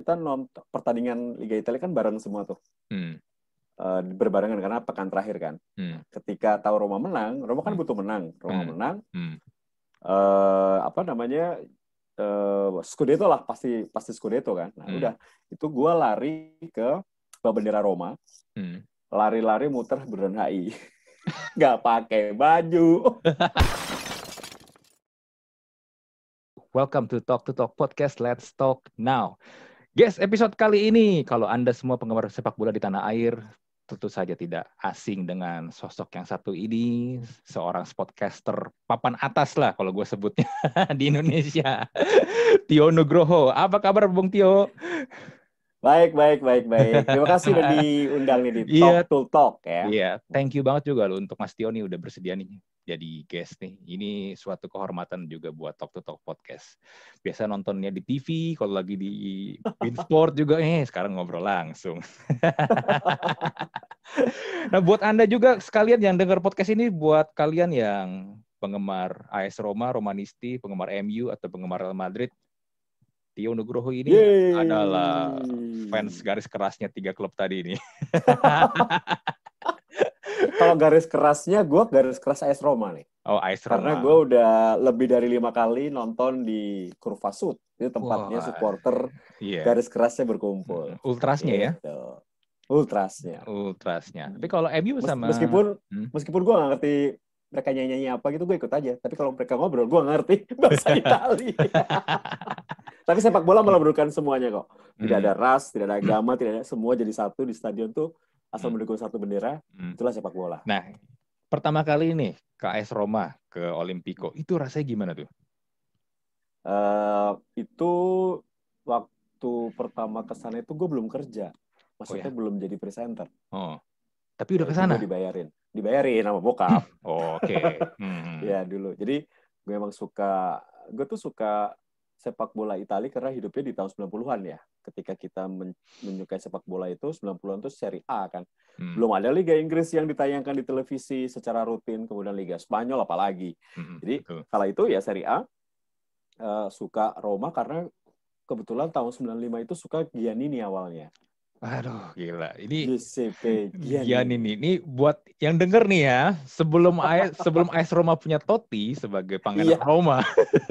kita nonton pertandingan Liga Italia kan bareng semua tuh. Berbarengan karena pekan terakhir kan. Ketika tahu Roma menang, Roma kan butuh menang. Roma menang. Scudetto lah, pasti Scudetto kan. Nah, udah itu gue lari ke bendera Roma. Lari-lari muter Bundaran HI. Nggak pakai baju. Welcome to Talk Podcast. Let's talk now. Guys, episode kali ini, kalau Anda semua penggemar sepak bola di tanah air, tentu saja tidak asing dengan sosok yang satu ini, seorang sportcaster papan atas lah kalau gue sebutnya di Indonesia. Tio Nugroho. Apa kabar Bung Tio? Baik. Terima kasih udah diundang nih di Talk to Talk ya. Iya, thank you banget juga loh untuk Mas Tio nih udah bersedia nih jadi guest nih. Ini suatu kehormatan juga buat Talk to Talk Podcast. Biasa nontonnya di TV, kalau lagi di Winsport juga, sekarang ngobrol langsung. Nah, buat Anda juga sekalian yang dengar podcast ini, buat kalian yang penggemar AS Roma, Romanisti, penggemar MU, atau penggemar Real Madrid, Tio Nugroho ini adalah fans garis kerasnya 3 klub tadi ini. Kalau garis kerasnya, gue garis keras AS Roma nih. Oh, AS Roma. Karena gue udah lebih dari 5 kali nonton di Curva Sud. Itu tempatnya supporter garis kerasnya berkumpul. Ultrasnya ya? Ultrasnya. Tapi kalau MU sama... Meskipun gue nggak ngerti mereka nyanyi apa gitu, gue ikut aja. Tapi kalau mereka ngobrol, gue ngerti bahasa Italia. Tapi sepak bola meleburkan semuanya kok. Tidak ada ras, tidak ada agama, tidak ada, semua jadi satu di stadion tuh. Asal mendukung satu bendera, itulah sepak bola. Nah, pertama kali nih ke AS Roma, ke Olimpico, itu rasanya gimana tuh? Itu waktu pertama ke sana itu gue belum kerja. Maksudnya belum jadi presenter. Oh, tapi udah ke sana? Gue dibayarin sama bokap. Oke. Ya dulu. Jadi gue emang gue tuh suka sepak bola Italia karena hidupnya di tahun 90-an ya. Ketika kita menyukai sepak bola itu 90-an itu Serie A kan. Belum ada Liga Inggris yang ditayangkan di televisi secara rutin, kemudian Liga Spanyol apalagi. Jadi kala itu ya Serie A, suka Roma karena kebetulan tahun 95 itu suka Giannini awalnya. Aduh, gila. Ini Giuseppe Giannini. Ini buat yang denger nih ya, sebelum AS Roma punya Totti sebagai pangeran Roma.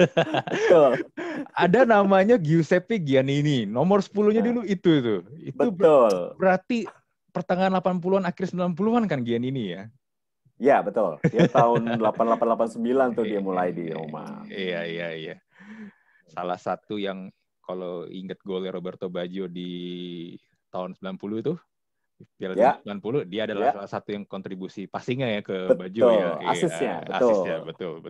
Ada namanya Giuseppe Giannini. Nomor 10-nya dulu itu. Itu berarti pertengahan 80-an akhir 90-an kan Giannini ya? Iya, betul. Dia tahun 88-89 tuh dia mulai di Roma. Iya. Salah satu yang kalau ingat golnya Roberto Baggio di tahun 90 itu, Piala 90, dia adalah salah satu yang kontribusi passingnya ya ke Baggio ya. Asisnya, betul.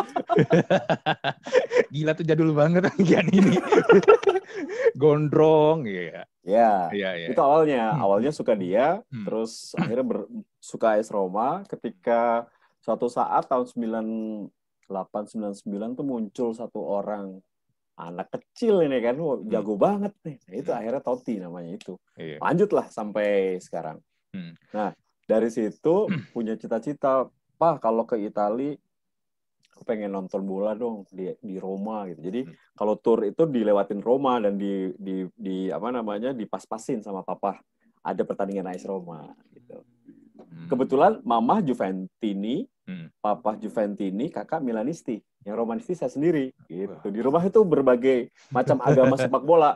Gila tuh jadul banget kan ini. Gondrong, ya. Itu awalnya suka dia, terus akhirnya suka AS Roma ketika suatu saat tahun 98-99 tuh muncul satu orang anak kecil ini kan, jago banget nih. Nah, itu akhirnya Totti namanya itu. Lanjutlah sampai sekarang. Nah, dari situ punya cita-cita, Pak, kalau ke Italia, aku pengen nonton bola dong di Roma gitu. Jadi kalau tour itu dilewatin Roma dan dipas-pasin sama papa. Ada pertandingan AS Roma gitu. Kebetulan mama Juventini, papa Juventini, kakak Milanisti. Yang Romanisti saya sendiri gitu. Di rumah itu berbagai macam agama sepak bola.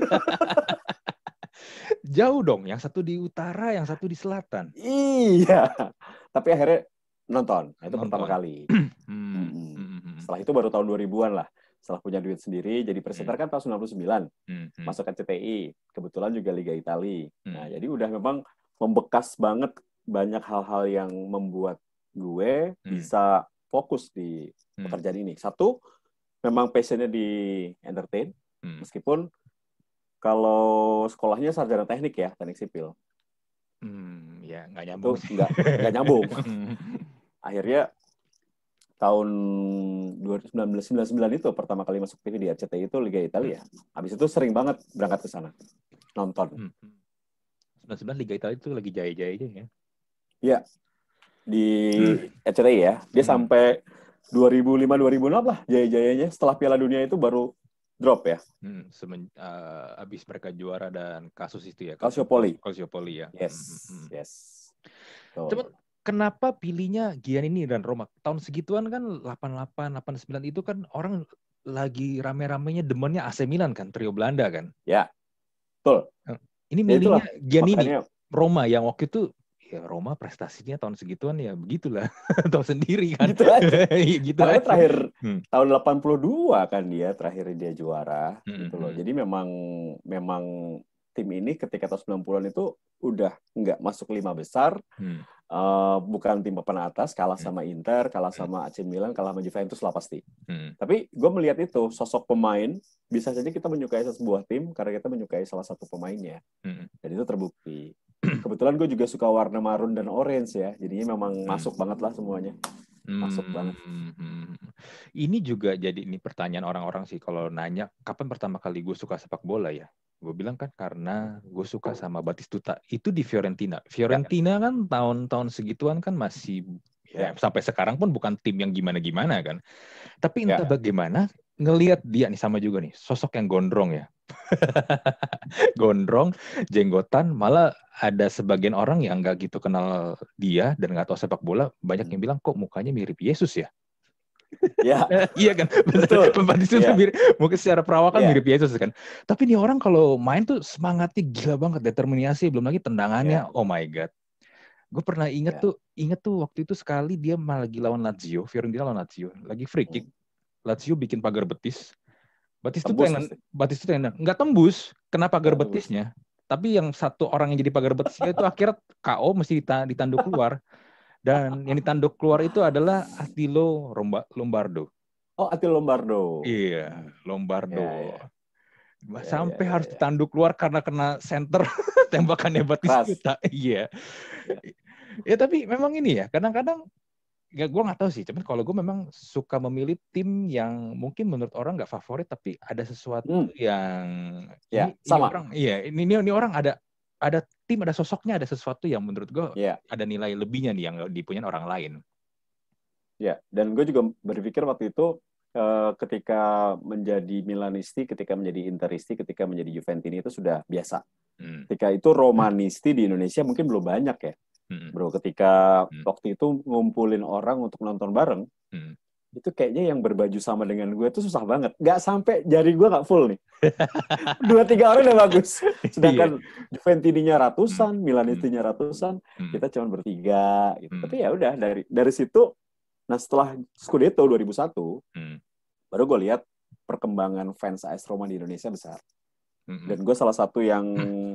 Jauh dong, yang satu di utara, yang satu di selatan. Iya. Tapi akhirnya nonton. Itu pertama kali. Setelah itu baru tahun 2000-an lah. Setelah punya duit sendiri, jadi presenter kan tahun 99. Masuk RCTI. Kebetulan juga Liga Italia. Nah, jadi udah memang membekas banget banyak hal-hal yang membuat gue bisa fokus di pekerjaan ini. Satu, memang passionnya di entertain. Meskipun kalau sekolahnya sarjana teknik ya, teknik sipil. Ya, nggak nyambung. Nggak nyambung. Akhirnya tahun 1999 itu pertama kali masuk TV di RCTI itu Liga Italia. Habis itu sering banget berangkat ke sana nonton. 99 Liga Italia itu lagi jaya-jayanya ya. Iya. Di RCTI ya. Dia sampai 2005-2006 lah jaya-jayanya. Setelah Piala Dunia itu baru Drop ya. Abis mereka juara dan kasus itu ya. Calciopoli ya. Yes. Cuman kenapa pilihnya Giannini dan Roma? Tahun segituan kan 88, 89 itu kan orang lagi rame-ramenya demennya AC Milan kan, trio Belanda kan. Ya, betul. Ini milihnya Giannini, makanya... Roma yang waktu itu ya Roma prestasinya tahun segituan ya begitulah. Tahu sendiri kan. Gitu aja. Gitu karena aja. Terakhir tahun 82 kan terakhir dia juara gitu loh. Jadi memang tim ini ketika tahun 90-an itu udah nggak masuk 5 besar. Bukan tim papan atas, kalah sama Inter, kalah sama AC Milan, kalah sama Juventus lah pasti. Tapi gue melihat itu sosok pemain, bisa saja kita menyukai sebuah tim karena kita menyukai salah satu pemainnya. Dan itu terbukti. Kebetulan gue juga suka warna marun dan orange ya, jadinya memang masuk banget lah semuanya. Masuk banget. Ini juga jadi ini pertanyaan orang-orang sih kalau nanya kapan pertama kali gue suka sepak bola ya. Gue bilang kan karena gue suka sama Batistuta. Itu di Fiorentina. Fiorentina kan tahun-tahun segituan kan masih ya, sampai sekarang pun bukan tim yang gimana-gimana kan. Tapi entah bagaimana ngelihat dia nih sama juga nih sosok yang gondrong ya. Gondrong, jenggotan, malah ada sebagian orang yang nggak gitu kenal dia dan nggak tahu sepak bola, banyak yang bilang kok mukanya mirip Yesus ya. Ya, iya kan, betul. Batistuta mirip, mungkin secara perawakan mirip Yesus kan. Tapi nih orang kalau main tuh semangatnya gila banget, determinasi, belum lagi tendangannya, oh my god. Gue pernah inget tuh waktu itu sekali dia malah lagi lawan Lazio, Fiorentina lawan Lazio, lagi free kick, Lazio bikin pagar betis. Batistuta yang nggak tembus, kena pagar betisnya. Tapi yang satu orang yang jadi pagar betisnya itu akhirnya KO mesti ditanduk keluar. Dan yang ditanduk keluar itu adalah Attilo Lombardo. Oh, Attilo Lombardo. Iya, Lombardo. Sampai harus ditanduk keluar karena kena center tembakannya Batistuta. Iya. Ya tapi memang ini ya, kadang-kadang gue nggak tahu sih, cuman kalau gue memang suka memilih tim yang mungkin menurut orang nggak favorit, tapi ada sesuatu yang sama. Ini orang ada tim, ada sosoknya, ada sesuatu yang menurut gue ada nilai lebihnya nih yang dipunyai orang lain. Ya, dan gue juga berpikir waktu itu ketika menjadi Milanisti, ketika menjadi Interisti, ketika menjadi Juventini itu sudah biasa. Ketika itu Romanisti di Indonesia mungkin belum banyak ya. Bro, ketika waktu itu ngumpulin orang untuk nonton bareng, itu kayaknya yang berbaju sama dengan gue itu susah banget. Nggak sampai jari gue nggak full nih. 2-3 orang udah bagus. Sedangkan Juventininya ratusan, Milanistinya ratusan, kita cuma bertiga. Gitu. Tapi ya udah dari situ, nah setelah Scudetto 2001, baru gue lihat perkembangan fans AS Roma di Indonesia besar. Dan gue salah satu yang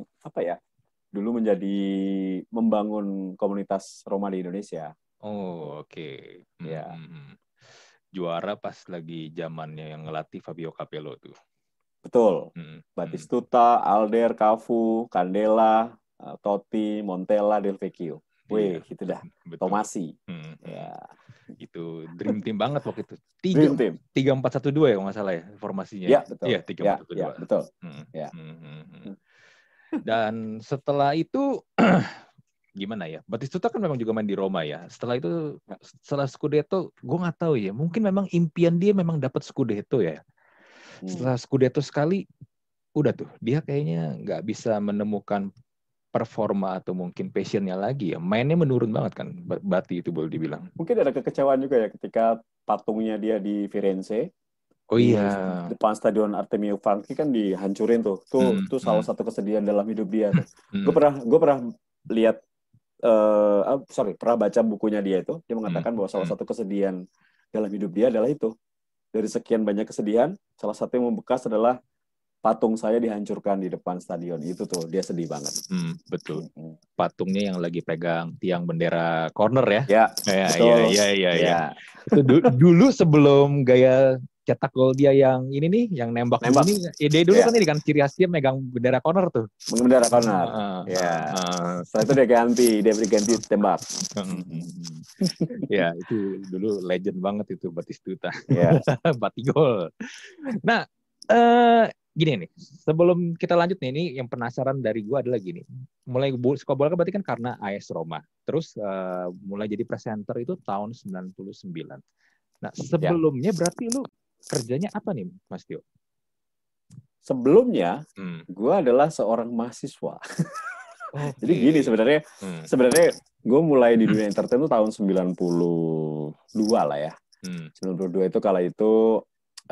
dulu menjadi membangun komunitas Roma di Indonesia. Oh, oke. Ya. Juara pas lagi zamannya yang ngelatih Fabio Capello tuh. Betul. Batistuta, Alder, Cafu, Candela, Totti, Montella, Del Vecchio. Wih, gitu dah. Tomasi. Ya. Itu dream team banget waktu itu. 3-4-1-2 ya kalau nggak salah ya formasinya. Iya, betul. Iya, 3-4-1-2. Ya, betul. Ya. Dan setelah itu gimana ya? Batistuta kan memang juga main di Roma ya. Setelah Scudetto, gue nggak tahu ya. Mungkin memang impian dia memang dapat Scudetto ya. Setelah Scudetto sekali, udah tuh dia kayaknya nggak bisa menemukan performa atau mungkin passionnya lagi ya. Mainnya menurun banget kan. Bati itu boleh dibilang. Mungkin ada kekecewaan juga ya ketika patungnya dia di Firenze. Oh iya. Di depan stadion Artemio Franchi kan dihancurin tuh. Tuh salah satu kesedihan dalam hidup dia tuh. Gue pernah lihat pernah baca bukunya dia itu. Dia mengatakan bahwa salah satu kesedihan dalam hidup dia adalah itu. Dari sekian banyak kesedihan, salah satu yang membekas adalah patung saya dihancurkan di depan stadion. Itu tuh dia sedih banget. Betul. Patungnya yang lagi pegang tiang bendera corner ya. Betul. Iya. Itu dulu sebelum gaya cetak gol dia yang ini nih, yang nembak. Ini ide dulu kan ini kan ciri khas dia megang bendera corner tuh. Bendera corner. Setelah itu dia berganti tembak. Ya, itu dulu legend banget itu Batistuta. Batigol. Nah, gini nih, sebelum kita lanjut nih, ini yang penasaran dari gue adalah gini. Mulai suka bola kan berarti kan karena AS Roma. Terus mulai jadi presenter itu tahun 99. Nah, sebelumnya berarti lu kerjanya apa nih, Mas Tio? sebelumnya gue adalah seorang mahasiswa. Okay. Jadi gini sebenarnya gue mulai di dunia entertain itu tahun 92 lah ya. 92 itu kala itu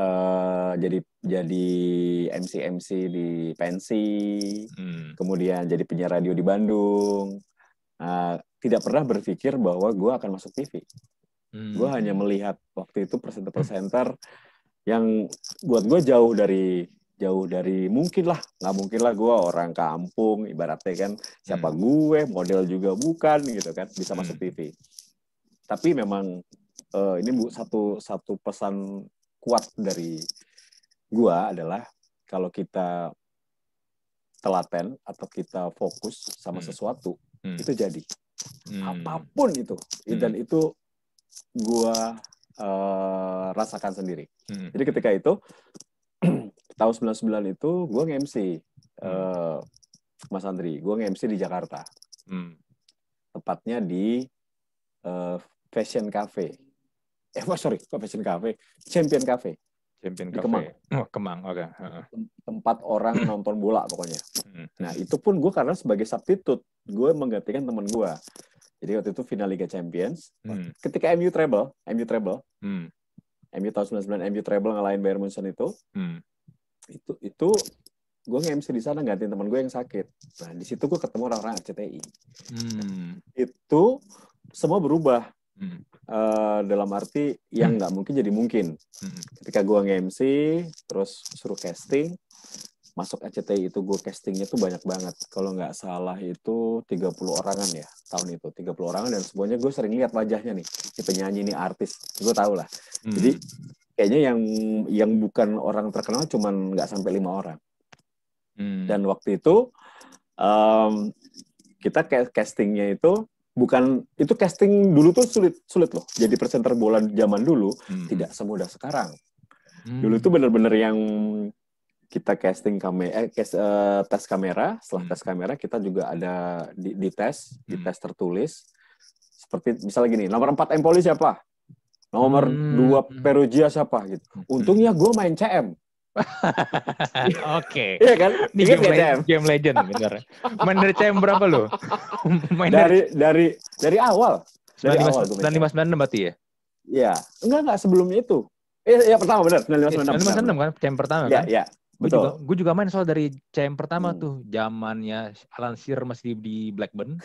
jadi MC di pensi, kemudian jadi penyiar radio di Bandung. Tidak pernah berpikir bahwa gue akan masuk TV. Gue hanya melihat waktu itu presenter yang buat gue jauh dari mungkin lah, nggak mungkin lah gue orang kampung ibaratnya kan, siapa gue, model juga bukan gitu kan, bisa masuk TV. Tapi memang ini satu pesan kuat dari gue adalah kalau kita telaten atau kita fokus sama sesuatu itu jadi apapun itu, dan itu gue rasakan sendiri. Jadi ketika itu tahun 99 itu gue nge-MC Mas Andri, gue nge-MC di Jakarta, tepatnya di Fashion Cafe. Fashion Cafe, Champion Cafe. Champion di Cafe. Kemang. Kemang, oke. Tempat orang nonton bola pokoknya. Nah itu pun gue karena sebagai substitute, gue menggantikan teman gue. Jadi waktu itu final Liga Champions. Ketika MU treble, MU tahun 99 MU treble ngalahin Bayern Munchen itu gue nge-MC di sana gantiin teman gue yang sakit. Nah di situ gue ketemu orang-orang RCTI. Itu semua berubah. Dalam arti yang nggak mungkin jadi mungkin. Ketika gue nge-MC terus suruh casting, masuk RCTI itu gue castingnya tuh banyak banget. Kalau nggak salah itu 30 orangan ya tahun itu, 30 orangan, dan semuanya gue sering lihat wajahnya nih, si penyanyi ini artis, gue tahu lah. Jadi kayaknya yang bukan orang terkenal cuman nggak sampai 5 orang. Dan waktu itu kita castingnya itu casting dulu tuh sulit loh. Jadi presenter bola zaman dulu tidak semudah sekarang. Dulu tuh bener-bener yang kita casting tes kamera. Setelah tes kamera kita juga ada di tes tertulis. Seperti misalnya gini, nomor 4 Empoli siapa? Nomor 2 Perugia siapa gitu. Untungnya gue main CM. Oke. Iya kan? Ini game legend bener. Main dari CM berapa lo? Main dari awal. Dari awal 95 berarti ya? Iya. Enggak sebelumnya itu. Iya pertama benar 95 kan CM pertama kan? Iya. Betul. Gue juga main soal dari CM pertama tuh, zamannya Alan Shearer masih di Blackburn.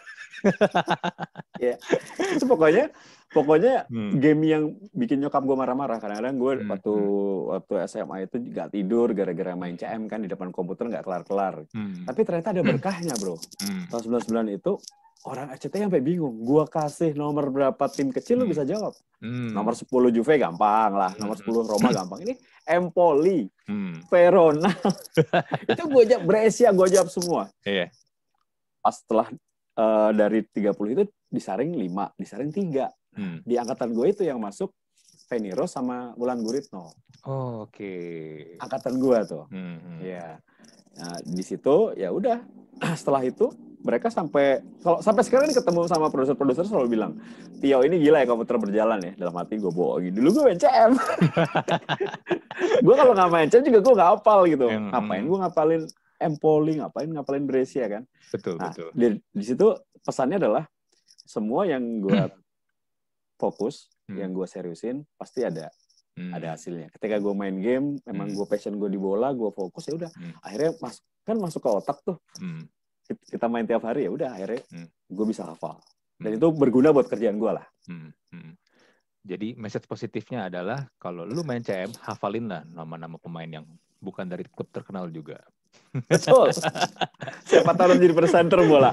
Ya. Itu pokoknya game yang bikin nyokap gue marah-marah. Kadang-kadang gue waktu SMA itu nggak tidur gara-gara main CM kan di depan komputer nggak kelar-kelar. Tapi ternyata ada berkahnya bro. Tahun 99 itu orang RCTI sampai bingung. Gue kasih nomor berapa tim kecil lu bisa jawab. Nomor 10 Juve gampang lah. Nomor 10 Roma gampang. Ini Empoli, Verona. Itu gue jawab, Brescia gue jawab semua. Iya. Pas setelah dari 30 itu disaring 5, disaring 3. Di angkatan gue itu yang masuk Veniro sama Wulan Guritno. Oke. Angkatan gue tuh. Ya. Nah, di situ ya udah. Setelah itu mereka sampai sekarang ini ketemu sama produser selalu bilang, Tio ini gila ya komputer berjalan ya. Dalam hati gue bohongin. Dulu gue main CM. Gue kalau nggak main CM juga gue nggak hafal gitu. Ngapain gue ngapalin Empoli, ngapalin Brescia kan. Betul. Di situ pesannya adalah semua yang gue fokus, yang gue seriusin pasti ada hasilnya. Ketika gue main game, memang gue passion gue di bola, gue fokus ya udah. Akhirnya masuk ke otak tuh. Kita main tiap hari ya udah akhirnya gue bisa hafal. Dan itu berguna buat kerjaan gue lah. Jadi message positifnya adalah kalau lu main CM, hafalin lah nama-nama pemain yang bukan dari klub terkenal juga. Betul. Siapa tahu jadi presenter bola.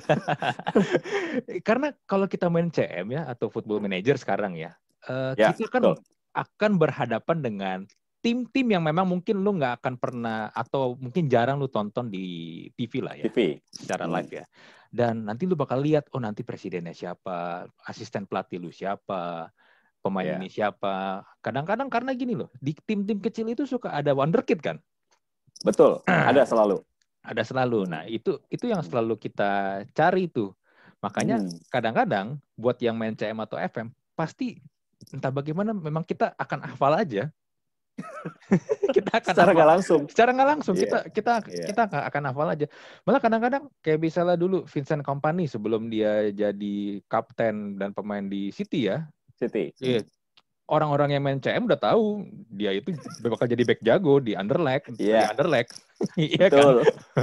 Karena kalau kita main CM ya atau Football Manager sekarang ya, kita kan akan berhadapan dengan tim-tim yang memang mungkin lu nggak akan pernah atau mungkin jarang lu tonton di TV lah ya. TV. Secara live ya. Dan nanti lu bakal lihat, oh nanti presidennya siapa, asisten pelatih lu siapa, pemain ini siapa. Kadang-kadang karena gini loh, di tim-tim kecil itu suka ada wonderkid kan? Betul, ada selalu. Ada selalu. Nah, itu yang selalu kita cari tuh. Makanya kadang-kadang buat yang main CM atau FM, pasti entah bagaimana memang kita akan hafal aja. Kita akan secara nggak langsung. Secara nggak langsung kita akan hafal aja. Malah kadang-kadang kayak misalnya dulu Vincent Kompany sebelum dia jadi kapten dan pemain di City ya. City. Iya. Orang-orang yang main CM udah tahu dia itu bakal jadi back jago di Anderlecht. Di Anderlecht. Iya kan?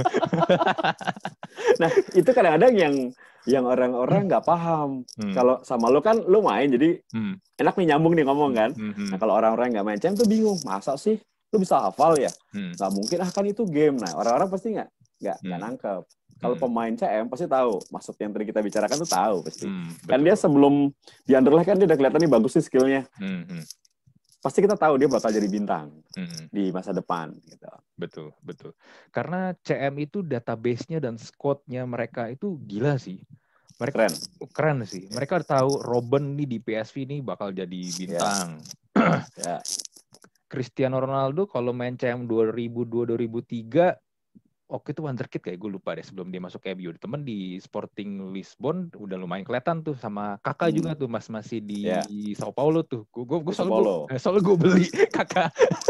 Nah, itu kadang-kadang yang orang-orang nggak paham. Kalau sama lo kan lo main jadi enak nih nyambung nih ngomong kan. Nah, kalau orang-orang nggak main CM tuh bingung, masa sih lo bisa hafal ya? Nggak mungkin, kan itu game. Nah, orang-orang pasti nggak nangkep. Kalau pemain CM pasti tahu, maksud yang tadi kita bicarakan tuh tahu pasti. Kan dia sebelum di Anderlecht kan dia udah kelihatan nih bagus sih skillnya. Pasti kita tahu dia bakal jadi bintang di masa depan. Gitu. Betul. Karena CM itu database-nya dan squad-nya mereka itu gila sih. Mereka keren sih. Mereka tahu Robben nih di PSV nih bakal jadi bintang. Cristiano Ronaldo kalau main CM 2002-2003 waktu itu wonderkid kayak gue lupa deh sebelum dia masuk MU. Temen di Sporting Lisbon udah lumayan kelihatan tuh sama Kakak juga tuh masih di Sao Paulo tuh. Gue soalnya gue beli Kakak.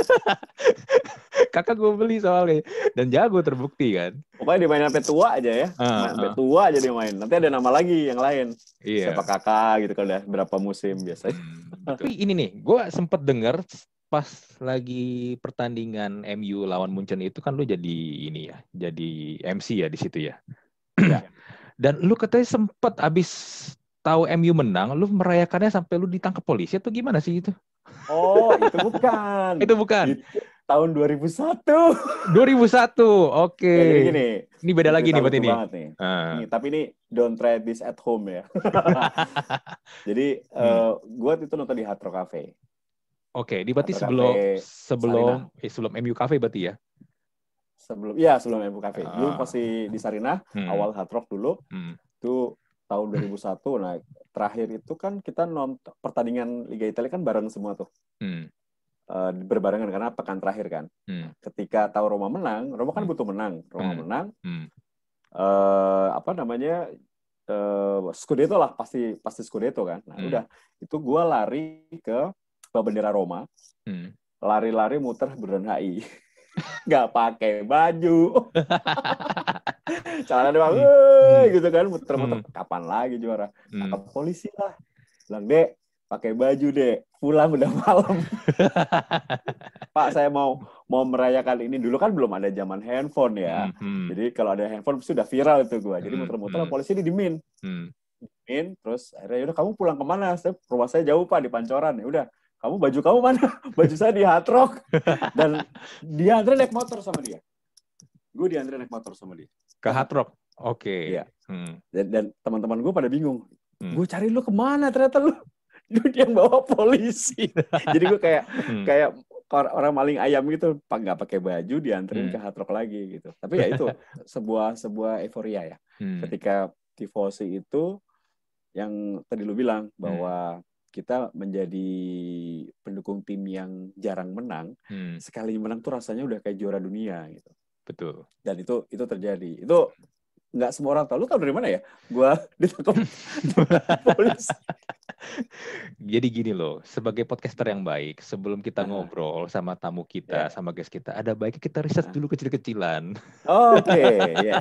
Kakak gue beli soalnya dan jago terbukti kan. Pokoknya dia main sampai tua aja ya. Sampai tua aja dia main. Nanti ada nama lagi yang lain. Siapa Kakak gitu kalau udah berapa musim biasanya. Tapi ini nih, gue sempet denger pas lagi pertandingan MU lawan Munchen itu kan lu jadi ini ya, jadi MC ya di situ ya. Dan lu katanya sempet abis tahu MU menang, lu merayakannya sampai lu ditangkap polisi atau gimana sih itu? Oh, itu bukan. Itu bukan. Itu tahun 2001. 2001, oke. Jadi gini. Ini beda lagi nih buat ini. Ini. Tapi ini don't try this at home ya. Jadi gue itu nonton di Hard Rock Cafe. Oke, berarti sebelum MU Cafe berarti ya? Sebelum MU Cafe. Dulu pasti di Sarinah, awal Hard Rock dulu. Itu tahun 2001. Nah, terakhir itu kan kita nonton pertandingan Liga Italia kan bareng semua tuh. Berbarengan karena pekan terakhir kan. Ketika tahu Roma menang, Roma kan butuh menang. Roma menang. Scudetto lah, pasti Scudetto kan. Nah, udah. Itu gue lari ke bendera Roma, lari-lari muter Bundaran HI, nggak pakai baju, celana doang, gitu kan, muter-muter. Kapan lagi juara? Ke polisi lah, bilang Dek, pakai baju Dek, pulang udah malam. Pak, saya mau merayakan ini. Dulu kan belum ada zaman handphone ya, jadi kalau ada handphone sudah viral itu gue. Jadi muter-muter, polisi didimin, terus akhirnya udah kamu pulang kemana? Rumah saya jauh Pak di Pancoran. Ya udah. Baju kamu mana? Baju saya di Hard Rock. Dan dia Andre naik motor sama dia. Gue diantre naik motor sama dia. Ke Hard Rock? Oke. Iya. Dan teman-teman gue pada bingung. Gue cari lu kemana? Ternyata lu yang bawa polisi. Jadi gue kayak orang maling ayam gitu. Nggak pakai baju, dianterin ke Hard Rock lagi gitu. Tapi ya itu sebuah euforia ya. Ketika tifosi itu yang tadi lu bilang bahwa kita menjadi pendukung tim yang jarang menang, sekali menang tuh rasanya udah kayak juara dunia gitu. Betul. Dan itu terjadi. Itu nggak semua orang tahu. Lu tahu dari mana ya? Gua ditangkap polisi. Jadi gini loh, sebagai podcaster yang baik, sebelum kita ngobrol sama tamu kita, sama guest kita, ada baiknya kita riset dulu kecil-kecilan. Oke, ya.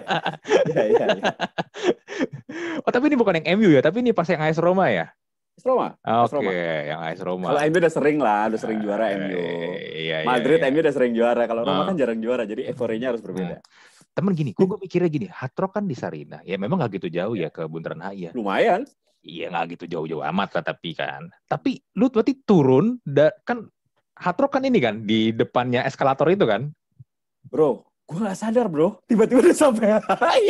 Oh, tapi ini bukan yang MU ya, tapi ini pas yang AS Roma ya? Roma. Oke, yang AS Roma. Kalau MU udah sering juara MU. Madrid MU udah sering juara. Kalau Roma kan jarang juara, jadi euforianya harus berbeda. Temen gini, gue mikirnya gini, Hard Rock kan di Sarinah. Ya memang nggak gitu jauh ya ke Bundaran HI ya. Lumayan. Iya nggak gitu jauh-jauh amat lah tapi kan. Tapi lu berarti turun, kan Hard Rock kan ini kan di depannya eskalator itu kan? Bro, gue nggak sadar bro. Tiba-tiba udah sampai HI.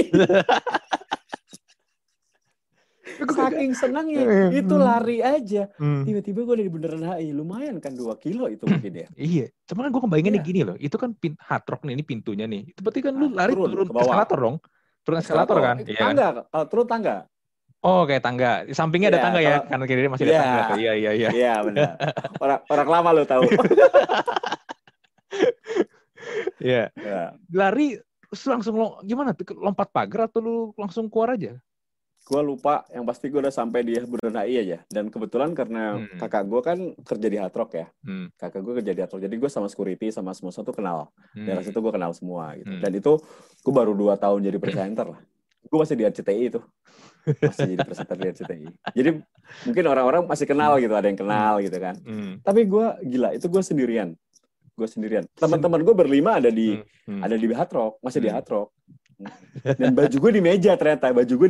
Saking senangnya itu lari aja. Tiba-tiba gue ada di Bundaran HI. Lumayan kan 2 kilo itu mungkin ya. Iya. Cuman gue kebayanginnya gini loh. Itu kan Hard Rock nih, ini pintunya nih. Itu berarti kan lu lari turun eskalator dong. Turun eskalator kan? Tangga. Kalau turun tangga. Oh, kayak tangga. Di sampingnya ada tangga ya. Kanan kiri masih ada tangga. Iya. Iya, benar. Orang lama lo tahu. Iya. Lari terus langsung gimana? Lompat pagar atau lu langsung keluar aja? Gue lupa, yang pasti gue udah sampai di Bundaran HI aja. Dan kebetulan karena kakak gue kan kerja di Hard Rock ya. Kakak gue kerja di Hard Rock. Jadi gue sama security, sama semua tuh kenal. Daerah situ gue kenal semua gitu. Dan itu gue baru 2 tahun jadi presenter lah. Gue masih di RCTI itu. Masih jadi presenter di RCTI. Jadi mungkin orang-orang masih kenal gitu. Ada yang kenal gitu kan. Tapi gue gila, itu gue sendirian. Teman-teman gue berlima ada di Hard Rock. Masih di Hard Rock. Dan baju gue di meja ternyata. Baju gue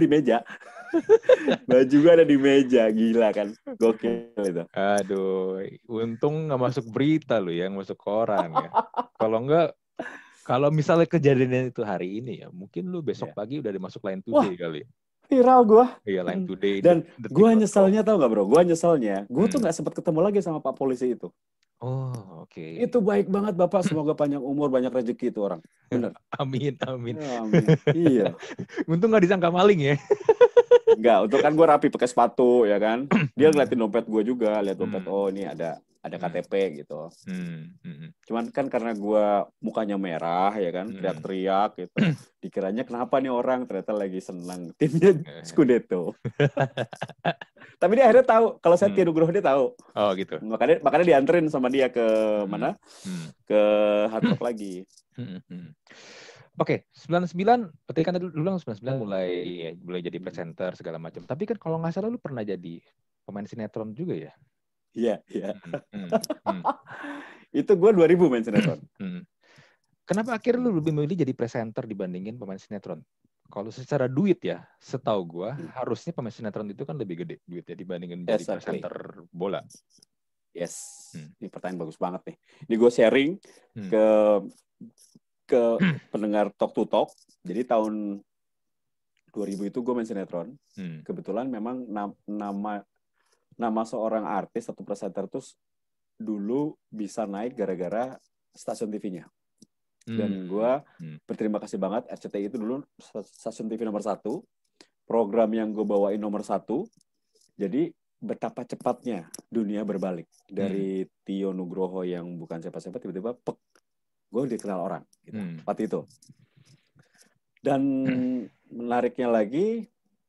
ada di meja. Gila kan. Gokil itu. Aduh. Untung nggak masuk berita lu yang masuk koran ya. Kalau enggak, kalau misalnya kejadian itu hari ini ya, mungkin lu besok pagi udah dimasuk Line Today kali. Viral gue. Iya, Line Today. Dan gue nyeselnya tau gak bro? Gue tuh gak sempat ketemu lagi sama Pak Polisi itu. Oh, oke. Itu baik banget Bapak. Semoga panjang umur, banyak rezeki itu orang. Bener. Amin. Ya, amin. Iya. Untung gak disangka maling ya. Enggak, untuk kan gue rapi pakai sepatu ya kan. Dia ngeliatin dompet gue juga, lihat dompet, oh ini ada KTP gitu. Cuman kan karena gue mukanya merah ya kan, teriak-teriak gitu. Dikiranya kenapa nih orang, ternyata lagi senang timnya Scudetto. Tapi dia akhirnya tahu kalau saya Nugroho, dia tahu. Oh gitu. Makanya dianterin sama dia ke mana? Ke Hard Rock lagi. Oke, 99, berarti kan tadi lu bilang 99 mulai jadi presenter segala macam. Tapi kan kalau nggak salah lu pernah jadi pemain sinetron juga ya? Iya. Itu gue 2000 main sinetron. Kenapa akhirnya lu lebih memilih jadi presenter dibandingin pemain sinetron? Kalau secara duit ya, setahu gue harusnya pemain sinetron itu kan lebih gede duitnya dibandingin jadi presenter bola. Yes, ini pertanyaan bagus banget nih. Ini gue sharing ke pendengar Talk to Talk. Jadi tahun 2000 itu gue main sinetron. Kebetulan memang nama seorang artis atau presenter itu dulu bisa naik gara-gara stasiun TV-nya. Dan gue berterima kasih banget, RCTI itu dulu stasiun TV nomor 1. Program yang gue bawain nomor 1. Jadi betapa cepatnya dunia berbalik. Dari Tio Nugroho yang bukan siapa-siapa, tiba-tiba gue dikenal orang gitu. Seperti itu. Dan menariknya lagi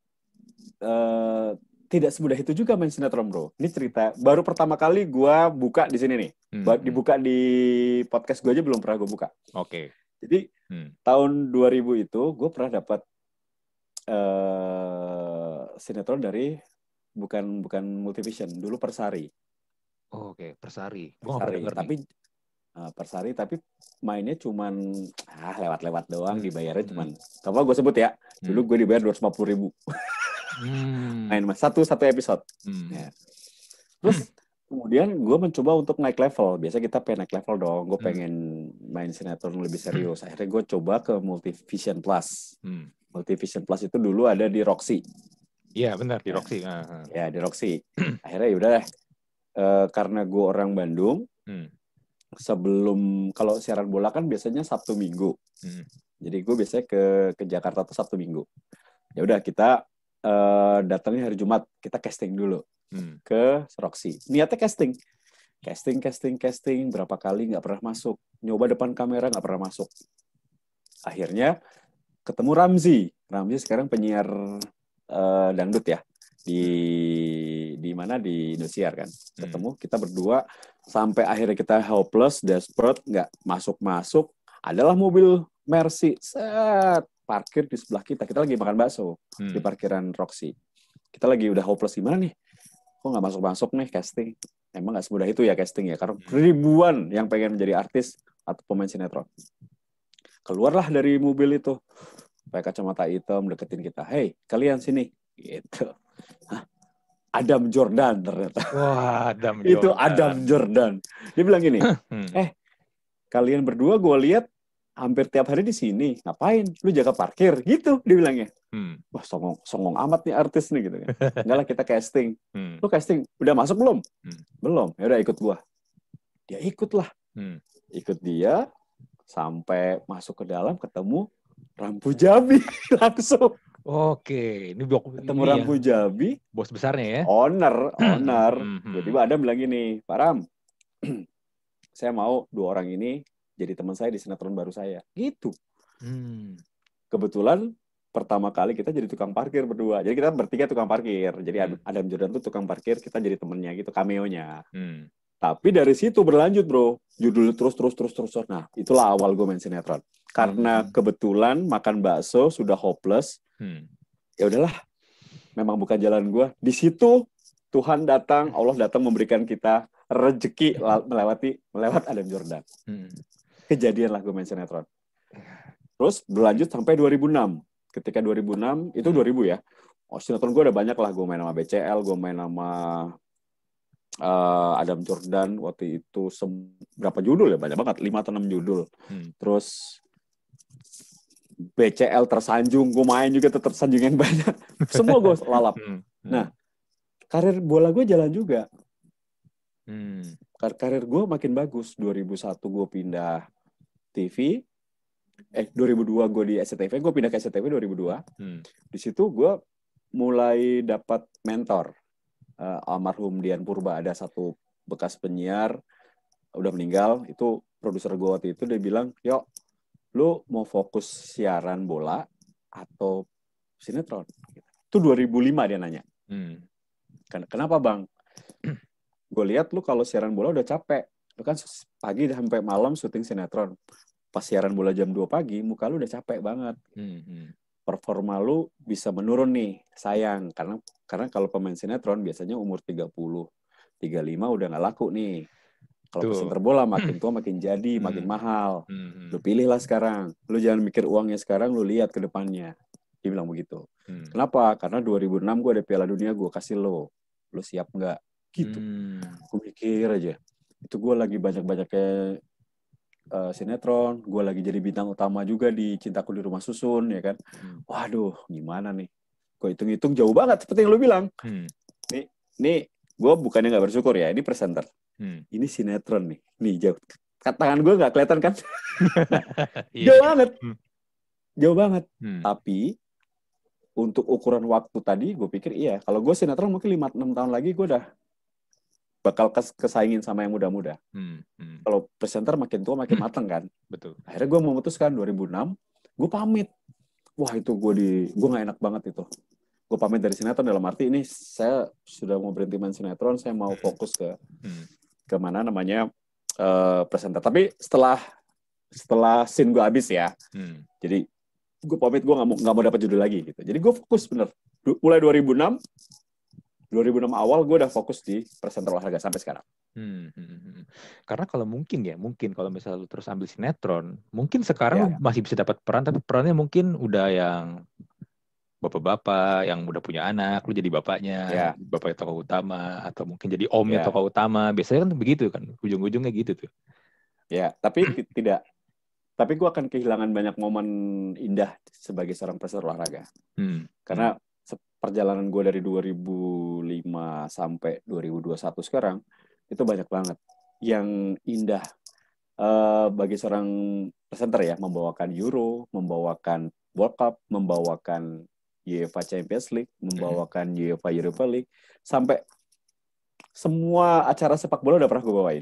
tidak semudah itu juga main sinetron bro. Ini cerita baru pertama kali gue buka di sini nih. Dibuka di podcast gue aja belum pernah gue buka. Oke. Jadi tahun 2000 itu gue pernah dapat sinetron dari bukan Multivision, dulu Persari. Oke, Persari. Persari, tapi mainnya cuman lewat-lewat doang, dibayarnya cuman, apa gue sebut ya, dulu gue dibayar 250.000 main satu episode. Ya. Terus kemudian gue mencoba untuk naik level. Biasa kita pengen naik level dong, gue pengen main sinetron lebih serius. Akhirnya gue coba ke Multivision Plus. Multivision Plus itu dulu ada di Roxy. Iya benar, di Roxy. Ya di Roxy. Akhirnya yaudah deh, karena gue orang Bandung. Sebelum, kalau siaran bola kan biasanya Sabtu Minggu. Jadi gue biasanya ke Jakarta tuh Sabtu Minggu. Ya udah kita datangnya hari Jumat, kita casting dulu ke Roxy. Niatnya casting berapa kali nggak pernah masuk. Nyoba depan kamera nggak pernah masuk. Akhirnya ketemu Ramzi sekarang penyiar dangdut ya. Di mana di Indosiar kan. Ketemu kita berdua sampai akhirnya kita hopeless, desperate, nggak masuk. Adalah mobil Mercy, parkir di sebelah kita. Kita lagi makan bakso di parkiran Roxy. Kita lagi udah hopeless, gimana nih? Kok nggak masuk nih casting? Emang nggak semudah itu ya casting ya, karena ribuan yang pengen menjadi artis atau pemain sinetron. Keluarlah dari mobil itu, pakai kacamata hitam, deketin kita. Hey, kalian sini. Gitu. Adam Jordan ternyata. Wah, Adam Jordan. Itu Adam Jordan. Dia bilang gini, kalian berdua gue lihat hampir tiap hari di sini. Ngapain? Lu jaga parkir? Gitu dia bilangnya. Wah, songong amat nih artis nih gitu kan. Enggak lah, kita casting. Lu casting udah masuk belum? Belum. Ya udah ikut gua. Dia ikutlah. Ikut dia sampai masuk ke dalam, ketemu Rampu Jabi langsung. Oke, ini ketemu Rampu Jabi, bos besarnya ya. Owner. Tiba-tiba Adam bilang gini, Pak Ram, saya mau 2 orang ini jadi teman saya di sinetron baru saya. Gitu. Kebetulan pertama kali kita jadi tukang parkir berdua. Jadi kita bertiga tukang parkir. Jadi Adam Jordan tuh tukang parkir, kita jadi temennya gitu, cameo-nya. Tapi dari situ berlanjut, bro. Judul terus. Nah, itulah awal gue main sinetron. Karena kebetulan makan bakso sudah hopeless. Ya udahlah, memang bukan jalan gue. Di situ Tuhan datang, Allah datang memberikan kita rezeki melewat Adam Jordan. Kejadian lah gue main sinetron. Terus berlanjut sampai 2006. Ketika 2006, itu 2000 ya. Sinetron gue udah banyak lah. Gue main sama BCL, gue main sama Adam Jordan. Waktu itu berapa judul ya? Banyak banget, 5 atau 6 judul. Terus BCL tersanjung, gue main juga tersanjungin banyak. Semua gue lalap. Nah, karir bola gue jalan juga. Karir gue makin bagus. 2001 gue pindah TV. 2002 gue di SCTV, gue pindah ke SCTV 2002. Di situ gue mulai dapat mentor. Almarhum Dian Purba, ada satu bekas penyiar, udah meninggal. Itu produser gue waktu itu, dia bilang, yuk, lu mau fokus siaran bola atau sinetron? Itu 2005 dia nanya. Kenapa bang? Gue lihat lu kalau siaran bola udah capek. Lu kan pagi sampai malam syuting sinetron. Pas siaran bola jam 2 pagi, muka lu udah capek banget. Performa lu bisa menurun nih, sayang. Karena kalau pemain sinetron biasanya umur 30, 35 udah nggak laku nih. Kalau presenter bola makin tua makin jadi, makin mahal. Lu pilihlah sekarang. Lu jangan mikir uangnya sekarang, lu lihat ke depannya. Dia bilang begitu. Kenapa? Karena 2006 gue ada Piala Dunia, gue kasih lo. Lu siap nggak? Gitu. Gue mikir aja. Itu gue lagi banyak-banyaknya sinetron. Gue lagi jadi bintang utama juga di Cintaku di Rumah Susun, ya kan. Waduh, gimana nih? Gue hitung-hitung jauh banget, seperti yang lu bilang. Nih gue bukannya nggak bersyukur ya, ini presenter. Ini sinetron nih. Nih jauh. Tangan gue nggak kelihatan kan? Jauh banget. Jauh banget. Tapi untuk ukuran waktu tadi, gue pikir iya. Kalau gue sinetron mungkin 5-6 tahun lagi gue udah bakal kesaingin sama yang muda-muda. Kalau presenter makin tua makin mateng kan. Betul. Akhirnya gue memutuskan 2006, gue pamit. Wah itu gue nggak enak banget itu. Gue pamit dari sinetron dalam arti ini saya sudah mau berhenti main sinetron, saya mau fokus ke mana namanya presenter. Tapi setelah scene gue habis ya, jadi gue pamit, gue nggak mau dapat judul lagi gitu. Jadi gue fokus bener. Mulai 2006 awal gue udah fokus di presenter olahraga sampai sekarang. Karena kalau mungkin kalau misalnya lu terus ambil sinetron, mungkin sekarang masih bisa dapat peran, tapi perannya mungkin udah yang bapak-bapak yang udah punya anak, lu jadi bapaknya, bapaknya tokoh utama, atau mungkin jadi omnya tokoh utama. Biasanya kan begitu kan, ujung-ujungnya gitu tuh. Ya, tapi tidak. Tapi gue akan kehilangan banyak momen indah sebagai seorang presenter olahraga. Karena perjalanan gue dari 2005 sampai 2021 sekarang, itu banyak banget yang indah bagi seorang presenter ya, membawakan Euro, membawakan World Cup, membawakan UEFA Champions League, membawakan UEFA Europa League, sampai semua acara sepak bola udah pernah gue bawain.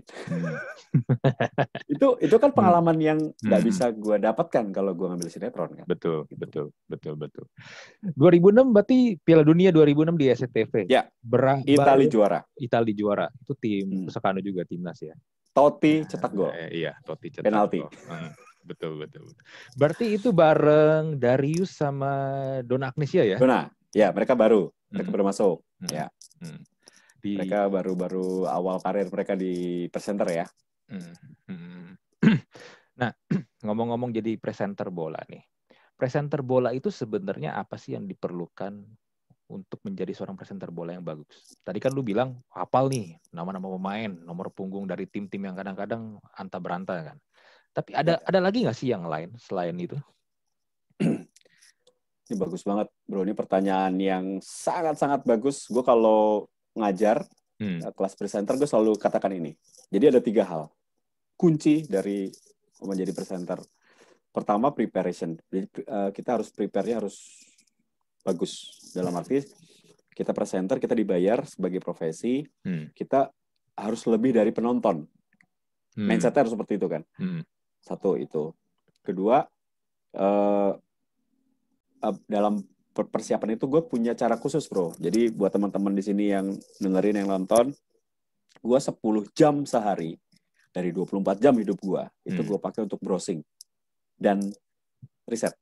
Itu kan pengalaman yang nggak bisa gue dapatkan kalau gue ngambil sinetron kan. Betul. 2006 berarti Piala Dunia 2006 di SCTV. Ya. Italia juara. Italia juara. Itu tim Sekano juga, timnas ya. Totti cetak gol. Iya, Totti cetak penalti. Gol. Betul. Berarti itu bareng Darius sama Donna Agnesia ya? Donna. Ya, mereka baru masuk. Ya. Mereka baru awal karir mereka di presenter ya. Nah, ngomong-ngomong jadi presenter bola nih. Presenter bola itu sebenarnya apa sih yang diperlukan untuk menjadi seorang presenter bola yang bagus? Tadi kan lu bilang hafal nih nama-nama pemain, nomor punggung dari tim-tim yang kadang-kadang anta beranta kan. Tapi ada lagi nggak sih yang lain selain itu? Ini bagus banget, bro. Ini pertanyaan yang sangat-sangat bagus. Gue kalau ngajar kelas presenter, gue selalu katakan ini. Jadi ada 3 hal kunci dari menjadi presenter. Pertama, preparation. Jadi kita harus prepare-nya harus bagus. Dalam arti kita presenter, kita dibayar sebagai profesi, kita harus lebih dari penonton. Mindset-nya harus seperti itu kan. Satu itu. Kedua, dalam persiapan itu gue punya cara khusus, bro. Jadi buat teman-teman di sini yang dengerin, yang nonton, gue 10 jam sehari dari 24 jam hidup gue itu gue pakai untuk browsing dan riset.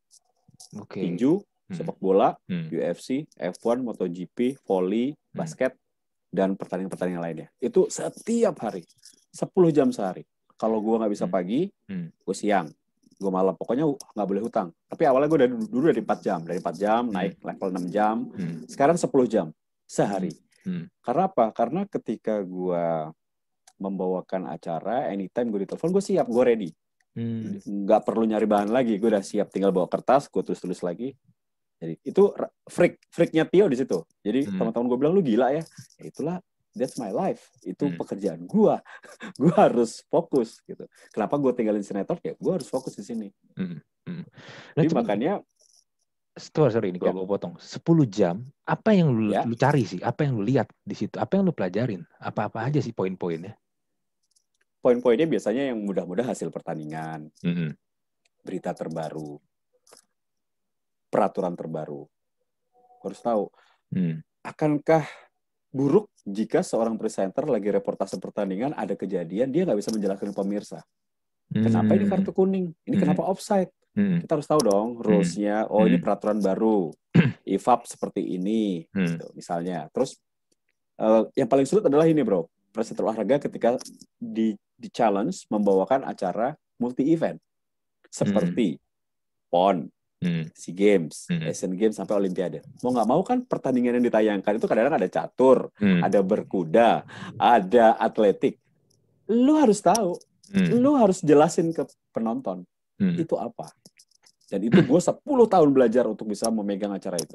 Tinju, sepak bola, UFC, F1, MotoGP, volley, basket, dan pertandingan-pertandingan lainnya. Itu setiap hari, 10 jam sehari. Kalau gue nggak bisa pagi, gue siang. Gue malam. Pokoknya nggak boleh hutang. Tapi awalnya gue dulu dari 4 jam. Dari 4 jam, naik level 6 jam. Sekarang 10 jam sehari. Karena apa? Karena ketika gue membawakan acara, anytime gue ditelepon, gue siap, gue ready. Nggak perlu nyari bahan lagi, gue udah siap, tinggal bawa kertas, gue tulis lagi. Jadi itu freaknya Tio di situ. Jadi teman-teman gue bilang, lu gila ya. Ya itulah, that's my life. Itu pekerjaan gue. Gue harus fokus gitu. Kenapa gue tinggalin sinetron? Ya gue harus fokus di sini. Jadi makanya sorry ini kalau gue potong. 10 jam, apa yang lu cari sih? Apa yang lu lihat di situ? Apa yang lu pelajarin? Apa aja sih poin-poinnya? Poin-poinnya biasanya yang mudah-mudah hasil pertandingan, berita terbaru, peraturan terbaru. Harus tahu, akankah buruk jika seorang presenter lagi reportase pertandingan ada kejadian, dia nggak bisa menjelaskan ke pemirsa. Kenapa ini kartu kuning? Ini kenapa offside? Kita harus tahu dong rules-nya. Oh, ini peraturan baru. IFAB seperti ini, gitu, misalnya. Terus yang paling sulit adalah ini, bro. Presenter olahraga ketika di challenge membawakan acara multi-event. Seperti PON, SEA Games, Asian Games, sampai Olimpiade. Mau nggak mau kan pertandingan yang ditayangkan itu kadang-kadang ada catur, ada berkuda, ada atletik. Lu harus tahu. Lu harus jelasin ke penonton. Itu apa. Dan itu gue 10 tahun belajar untuk bisa memegang acara itu.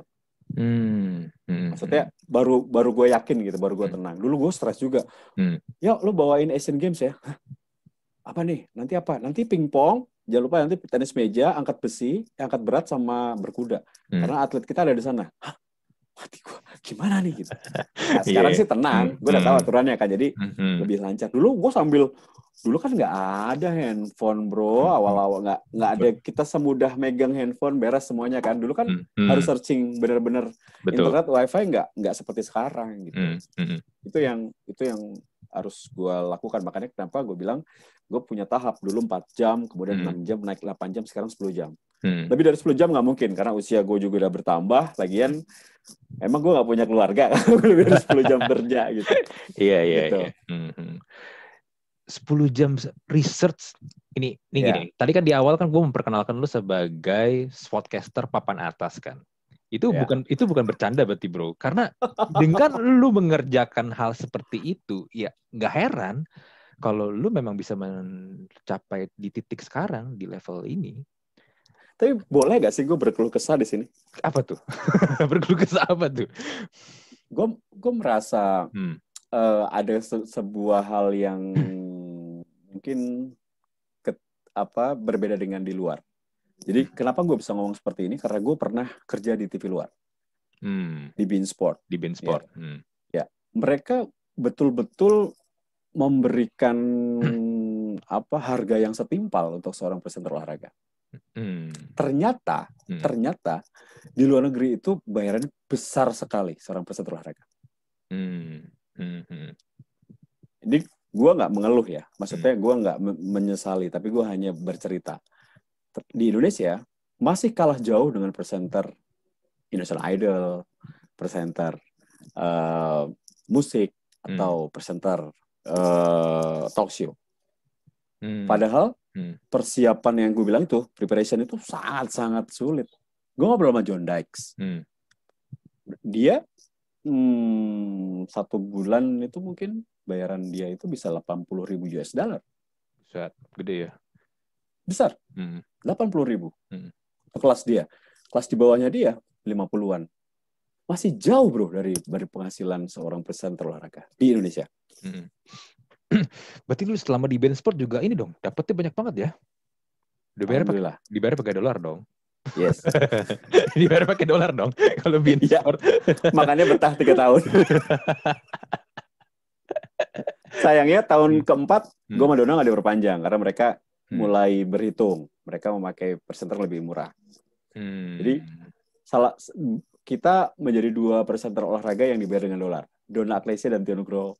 Maksudnya baru gue yakin gitu, baru gue tenang. Dulu gue stres juga. Ya, lo bawain Asian Games ya. Apa nih? Nanti apa? Nanti pingpong, jangan lupa nanti tenis meja, angkat besi, angkat berat sama berkuda. Karena atlet kita ada di sana. Hah? Mati gue, gimana nih gitu. Nah, sekarang sih tenang, gue udah tahu aturannya kan, jadi lebih lancar. Dulu kan nggak ada handphone, bro. Awal-awal nggak ada, kita semudah megang handphone beres semuanya kan. Dulu kan harus searching bener-bener internet, wifi nggak seperti sekarang gitu. Itu yang harus gue lakukan. Makanya kenapa gue bilang gue punya tahap dulu 4 jam, kemudian 6 jam, naik 8 jam, sekarang 10 jam. Lebih dari 10 jam nggak mungkin, karena usia gue juga udah bertambah. Lagian emang gue nggak punya keluarga, lebih dari 10 jam kerja gitu. Iya. Gitu. 10 jam research ini gini. Tadi kan di awal kan gue memperkenalkan lu sebagai sportcaster papan atas kan. Itu bukan bercanda berarti, bro. Karena dengan lu mengerjakan hal seperti itu, ya nggak heran kalau lu memang bisa mencapai di titik sekarang di level ini. Tapi boleh nggak sih gue berkeluh kesah di sini? Apa tuh? Berkeluh kesah apa tuh? Gue merasa ada sebuah hal yang mungkin berbeda dengan di luar. Jadi kenapa gue bisa ngomong seperti ini? Karena gue pernah kerja di TV luar, di beIN Sport. Ya, mereka betul-betul memberikan harga yang setimpal untuk seorang presenter olahraga. Ternyata di luar negeri itu bayarannya besar sekali seorang presenter olahraga. Jadi gue nggak mengeluh ya, maksudnya gue nggak menyesali, tapi gue hanya bercerita. Di Indonesia masih kalah jauh dengan presenter Indonesian Idol, presenter musik, atau presenter talk show. Padahal persiapan yang gue bilang itu, preparation itu sangat-sangat sulit. Gue ngobrol sama John Dykes. Dia 1 bulan itu mungkin bayaran dia itu bisa $80,000. Besar, gede ya? Besar. 80,000. Kelas dia. Kelas di bawahnya dia 50-an. Masih jauh, bro, dari penghasilan seorang presenter olahraga di Indonesia. Berarti lu selama di beIN Sport juga ini dong, dapetnya banyak banget ya? Dibayar pakai dolar dong. Yes. Dibayar pakai dolar dong kalau beIN Sport. Makanya betah 3 tahun. Sayangnya tahun keempat gue sama Dona nggak diperpanjang karena mereka mulai berhitung. Mereka memakai presenter lebih murah. Jadi kita menjadi 2 presenter olahraga yang dibayar dengan dolar. Donna Agnesia dan Tio Nugroho.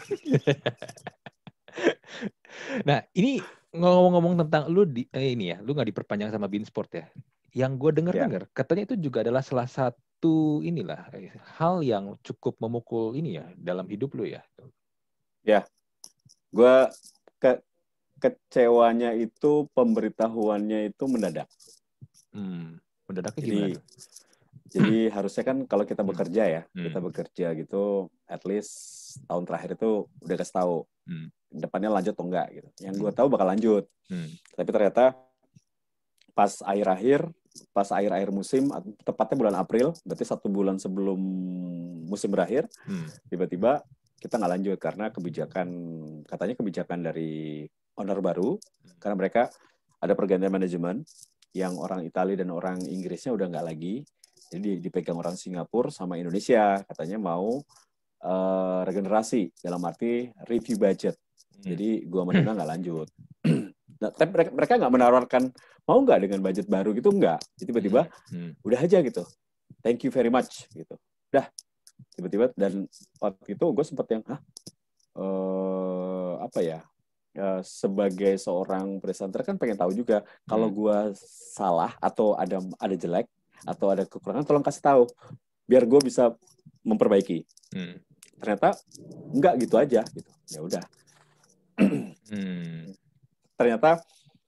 Nah, ini ngomong-ngomong tentang lu ini ya, lu nggak diperpanjang sama Beansport ya. Yang gue dengar katanya itu juga adalah salah satu hal yang cukup memukul ini ya dalam hidup lu ya. Ya, gue kecewanya itu pemberitahuannya itu mendadak. Mendadaknya gimana? Jadi harusnya kan kalau kita bekerja ya, kita bekerja gitu, at least tahun terakhir itu udah kasih tahu depannya lanjut atau enggak gitu. Yang gue tahu bakal lanjut, tapi ternyata pas akhir musim, tepatnya bulan April, berarti 1 bulan sebelum musim berakhir, tiba-tiba kita nggak lanjut karena katanya kebijakan dari owner baru, karena mereka ada pergantian manajemen yang orang Italia dan orang Inggrisnya udah nggak lagi, jadi dipegang orang Singapura sama Indonesia, katanya mau regenerasi dalam arti review budget. Jadi gua sama Dona nggak lanjut. Nah, tapi mereka nggak menawarkan mau nggak dengan budget baru gitu, nggak. Jadi tiba-tiba udah aja gitu. Thank you very much gitu. Udah tiba-tiba, dan waktu itu gue sempat yang sebagai seorang presenter kan pengen tahu juga kalau gue salah atau ada jelek atau ada kekurangan, tolong kasih tahu biar gue bisa memperbaiki. Ternyata enggak gitu aja gitu. Ya udah. Ternyata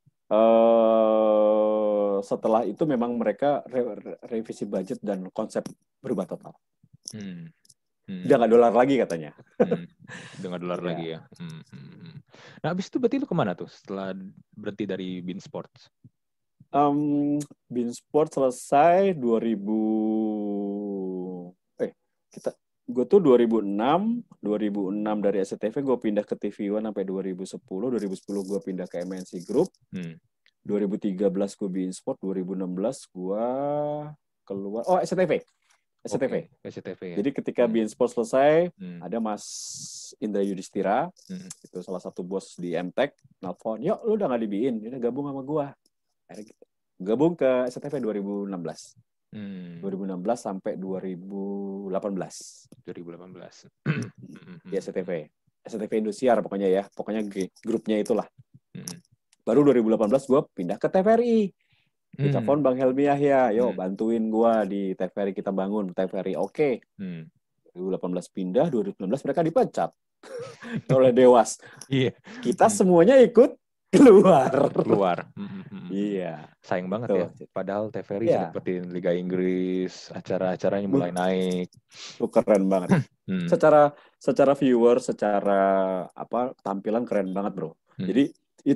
setelah itu memang mereka revisi budget dan konsep berubah total. Udah nggak dolar lagi katanya. Udah nggak dolar lagi ya. Nah, abis itu berarti lu kemana tuh setelah berhenti dari Beansport? Beansport selesai 2006 dari SCTV gue pindah ke TV One sampai 2010 gue pindah ke MNC Group. 2013 gue Beansport, 2016 gue keluar SCTV. Okay. Ya. Jadi ketika Beansport selesai, ada Mas Indra Yudhistira, itu salah satu bos di MTech, nelfon, yuk lu udah nggak di BIN, udah gabung sama gue. Akhirnya gitu. Gabung ke SCTV 2016. 2016 sampai 2018. Di SCTV Indosiar pokoknya ya, pokoknya grupnya itulah. Baru 2018 gue pindah ke TVRI. Ditelepon Bang Helmi Yahya, yuk bantuin gue di TVRI, kita bangun TVRI. Oke. 2018 pindah, 2019 mereka dipecat oleh Dewas. Kita semuanya ikut keluar. Iya. Sayang banget ya. Padahal TVRI dapetin Liga Inggris, acara-acaranya mulai naik. Itu keren banget. Secara viewer, secara tampilan keren banget, bro. Jadi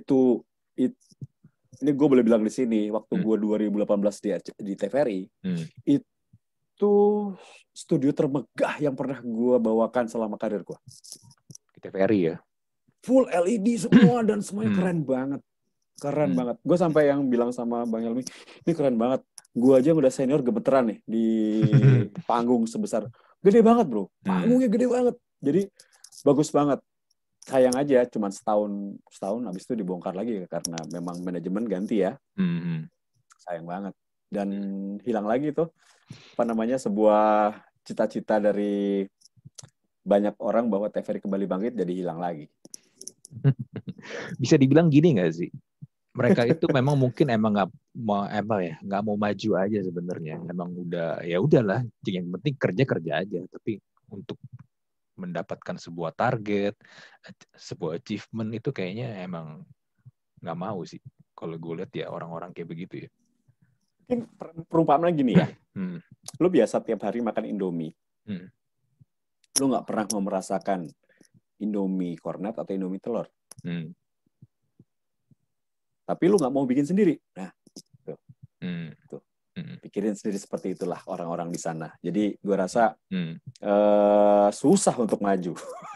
ini gue boleh bilang di sini, waktu gue 2018 di TVRI, itu studio termegah yang pernah gue bawakan selama karir gue. Di TVRI ya? Full LED semua dan semuanya keren banget. Keren banget. Gue sampai yang bilang sama Bang Helmi, ini keren banget. Gue aja udah senior gemeteran nih di panggung sebesar. Gede banget, bro. Panggungnya gede banget. Jadi bagus banget. Sayang aja cuma setahun habis itu dibongkar lagi karena memang manajemen ganti ya. Sayang banget. Dan hilang lagi tuh sebuah cita-cita dari banyak orang bahwa TVRI kembali bangkit, jadi hilang lagi. Bisa dibilang gini nggak sih? Mereka itu memang mungkin emang nggak mau maju aja sebenarnya. Emang udahlah. Yang penting kerja aja. Tapi untuk mendapatkan sebuah target, sebuah achievement itu kayaknya emang nggak mau sih. Kalau gue lihat ya orang-orang kayak begitu ya. Mungkin perumpamaan gini ya. Lu biasa tiap hari makan Indomie. Lu nggak pernah mau merasakan Indomie kornet atau Indomie telur. Tapi lu nggak mau bikin sendiri. Nah, tuh. Pikirin sendiri seperti itulah orang-orang di sana. Jadi gue rasa susah untuk maju.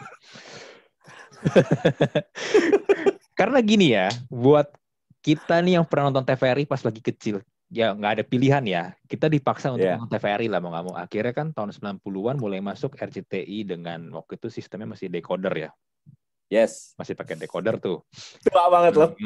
Karena gini ya, buat kita nih yang pernah nonton TVRI pas lagi kecil, ya nggak ada pilihan ya. Kita dipaksa untuk nonton TVRI lah, mau nggak mau. Akhirnya kan tahun 90-an mulai masuk RCTI dengan waktu itu sistemnya masih decoder ya. Yes. Masih pakai decoder tuh. Tua banget loh.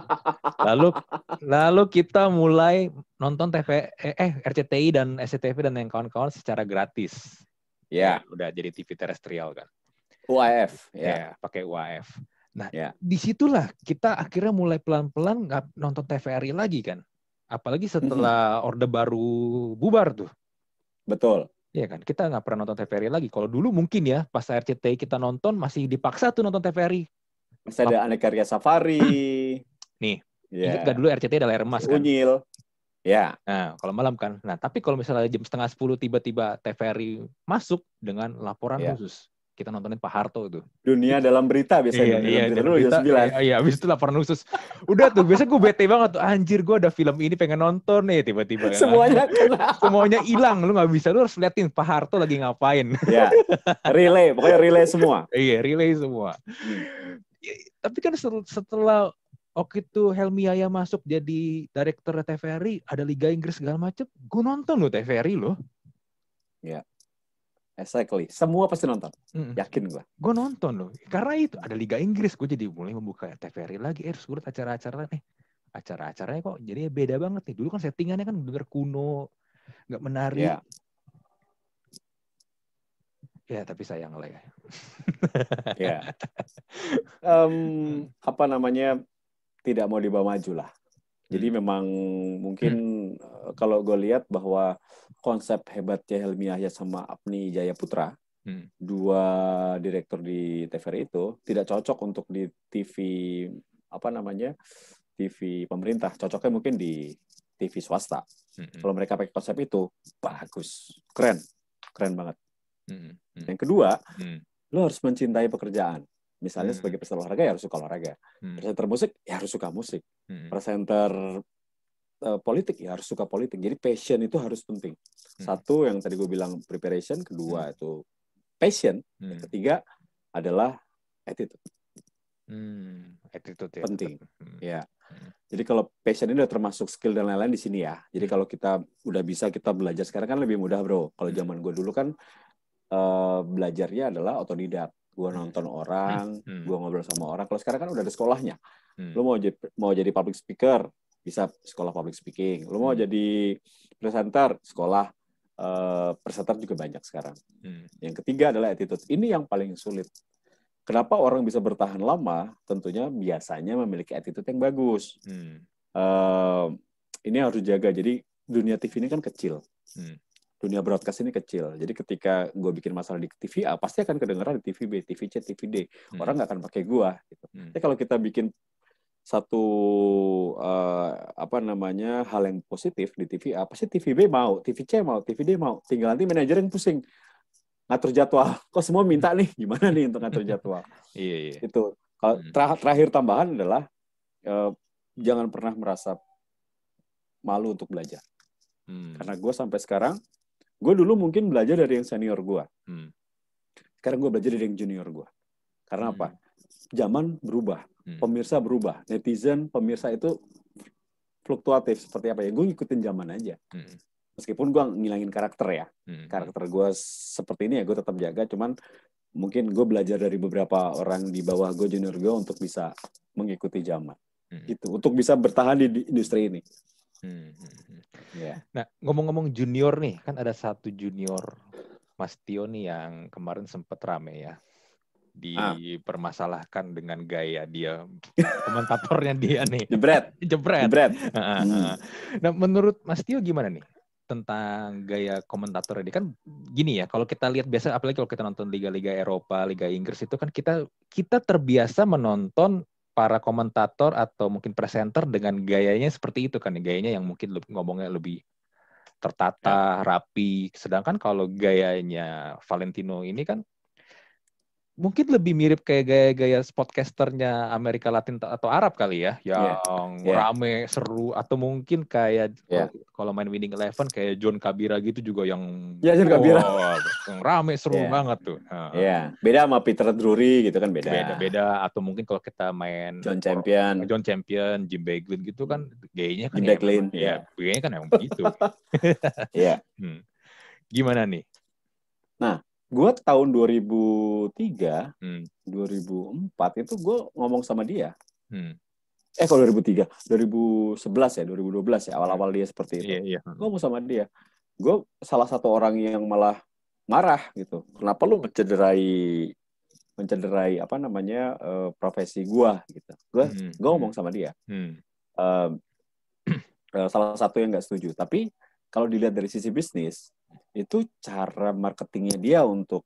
Lalu kita mulai nonton RCTI dan SCTV dan yang kawan-kawan secara gratis. Ya. Udah jadi TV terestrial kan. UHF. Ya, pakai UHF. Nah, ya. Disitulah kita akhirnya mulai pelan-pelan nggak nonton TVRI lagi kan. Apalagi setelah Orde Baru bubar tuh. Betul. Iya kan, kita nggak pernah nonton TVRI lagi. Kalau dulu mungkin ya, pas RCTI kita nonton masih dipaksa tuh nonton TVRI. Masih ada Aneka Karya Safari. Nih, ingat gak dulu RCTI ada layar emas kan? Unyil. Ya. Nah, kalau malam kan. Nah, tapi kalau misalnya jam 9:30 tiba-tiba TVRI masuk dengan laporan khusus. Kita nontonin Pak Harto itu. Dunia dalam berita biasanya. Dalam berita. Iya, habis itu laporan khusus. Udah tuh, biasanya gue bete banget tuh. Anjir, gue ada film ini pengen nonton nih. Tiba-tiba. Semuanya hilang. Lu gak bisa. Lu harus liatin Pak Harto lagi ngapain. Iya. Relay. Pokoknya relay semua. Iya, relay semua. Tapi kan setelah waktu itu Helmi Yahya masuk jadi direktur TVRI, ada Liga Inggris segala macem. Gue nonton loh TVRI loh. Iya. Exactly. Semua pasti nonton. Yakin gue. Gue nonton loh. Karena itu ada Liga Inggris. Gue jadi mulai membuka TVRI lagi. Terus gue liat acara-acara nih. Acara-acaranya kok jadi beda banget nih. Dulu kan settingannya kan bener kuno. Gak menarik. Ya tapi sayang lah ya. Ya. Apa namanya. Tidak mau dibawa maju lah. Jadi memang mungkin kalau gue lihat bahwa konsep hebatnya Helmi Yahya sama Apni Jayaputra, dua direktur di TVRI itu tidak cocok untuk di TV TV pemerintah. Cocoknya mungkin di TV swasta. Kalau mereka pakai konsep itu bagus, keren banget. Yang kedua, lo harus mencintai pekerjaan. Misalnya sebagai presenter olahraga ya harus suka olahraga. Presenter musik ya harus suka musik. Presenter politik ya harus suka politik. Jadi passion itu harus penting. Satu yang tadi gue bilang preparation, kedua itu passion, yang ketiga adalah attitude. Attitude ya. Penting. Ya. Jadi kalau passion ini udah termasuk skill dan lain-lain di sini ya. Jadi kalau kita udah bisa kita belajar sekarang kan lebih mudah, bro. Kalau zaman gue dulu kan belajarnya adalah otodidak. Gue nonton orang, gue ngobrol sama orang. Kalau sekarang kan udah ada sekolahnya. Lo mau jadi public speaker, bisa sekolah public speaking. Lo mau jadi presenter, sekolah presenter juga banyak sekarang. Yang ketiga adalah attitude. Ini yang paling sulit. Kenapa orang bisa bertahan lama? Tentunya biasanya memiliki attitude yang bagus. Ini harus dijaga. Jadi dunia TV ini kan kecil. Dunia broadcast ini kecil. Jadi ketika gue bikin masalah di TV A, pasti akan kedengeran di TV B, TV C, TV D. Orang nggak akan pakai gue. Gitu. Tapi kalau kita bikin satu hal yang positif di TV A, pasti TV B mau, TV C mau, TV D mau. Tinggal nanti manajer yang pusing ngatur jadwal. Kok semua minta nih, gimana nih untuk ngatur jadwal? Iya. Itu. Terakhir tambahan adalah jangan pernah merasa malu untuk belajar. Karena gue sampai sekarang, gue dulu mungkin belajar dari yang senior gue. Sekarang gue belajar dari yang junior gue. Karena apa? Zaman berubah. Pemirsa berubah. Netizen, pemirsa itu fluktuatif. Seperti apa ya? Gue ngikutin zaman aja. Meskipun gue ngilangin karakter ya. Karakter gue seperti ini ya gue tetap jaga. Cuman mungkin gue belajar dari beberapa orang di bawah gue, junior gue, untuk bisa mengikuti zaman. Gitu. Untuk bisa bertahan di industri ini. Yeah. Nah, ngomong-ngomong junior nih, kan ada satu junior Mas Tio nih yang kemarin sempat rame ya, dipermasalahkan dengan gaya dia, komentatornya dia nih. Jebret. Nah, menurut Mas Tio gimana nih tentang gaya komentatornya dia? Kan gini ya, kalau kita lihat biasa, apalagi kalau kita nonton liga-liga Eropa, Liga Inggris itu kan kita terbiasa menonton para komentator atau mungkin presenter dengan gayanya seperti itu kan, gayanya yang mungkin ngomongnya lebih tertata, rapi. Sedangkan kalau gayanya Valentino ini kan mungkin lebih mirip kayak gaya-gaya podcasternya Amerika Latin atau Arab kali ya, yang rame, seru, atau mungkin kayak kalau main Winning Eleven kayak John Kabira gitu juga yang John Kabira yang rame, seru banget tuh. Beda sama Peter Drury gitu kan, beda. Atau mungkin kalau kita main John Champion, Jim Beglin gitu kan, gayanya kan gayanya kan emang begitu. Gimana nih? Nah, Gue tahun 2003, 2004 itu gue ngomong sama dia. Kalau 2003, 2011 ya, 2012 ya, awal-awal dia seperti itu. Iya. Gue ngomong sama dia. Gue salah satu orang yang malah marah gitu. Kenapa lu mencederai apa namanya profesi gue gitu. Gue ngomong sama dia. Salah satu yang nggak setuju. Tapi kalau dilihat dari sisi bisnis, itu cara marketingnya dia untuk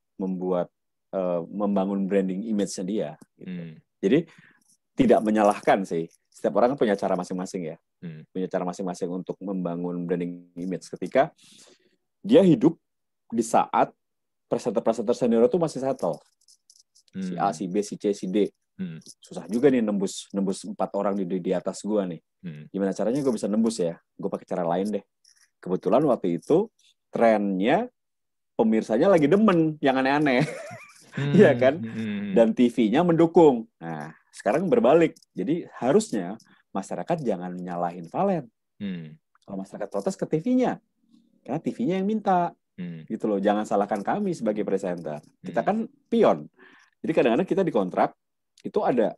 membangun branding image-nya dia. Gitu. Jadi tidak menyalahkan sih. Setiap orang punya cara masing-masing ya. Punya cara masing-masing untuk membangun branding image. Ketika dia hidup di saat presenter-presenter senior itu masih settle. Si A, si B, si C, si D. Susah juga nih nembus 4 orang di atas gua nih. Gimana caranya gue bisa nembus ya? Gue pakai cara lain deh. Kebetulan waktu itu trennya pemirsanya lagi demen yang aneh-aneh. Iya kan? Dan TV-nya mendukung. Nah, sekarang berbalik. Jadi harusnya masyarakat jangan nyalahin Valen. Kalau masyarakat protes ke TV-nya. Karena TV-nya yang minta. Gitu loh. Jangan salahkan kami sebagai presenter. Kita kan pion. Jadi kadang-kadang kita dikontrak itu ada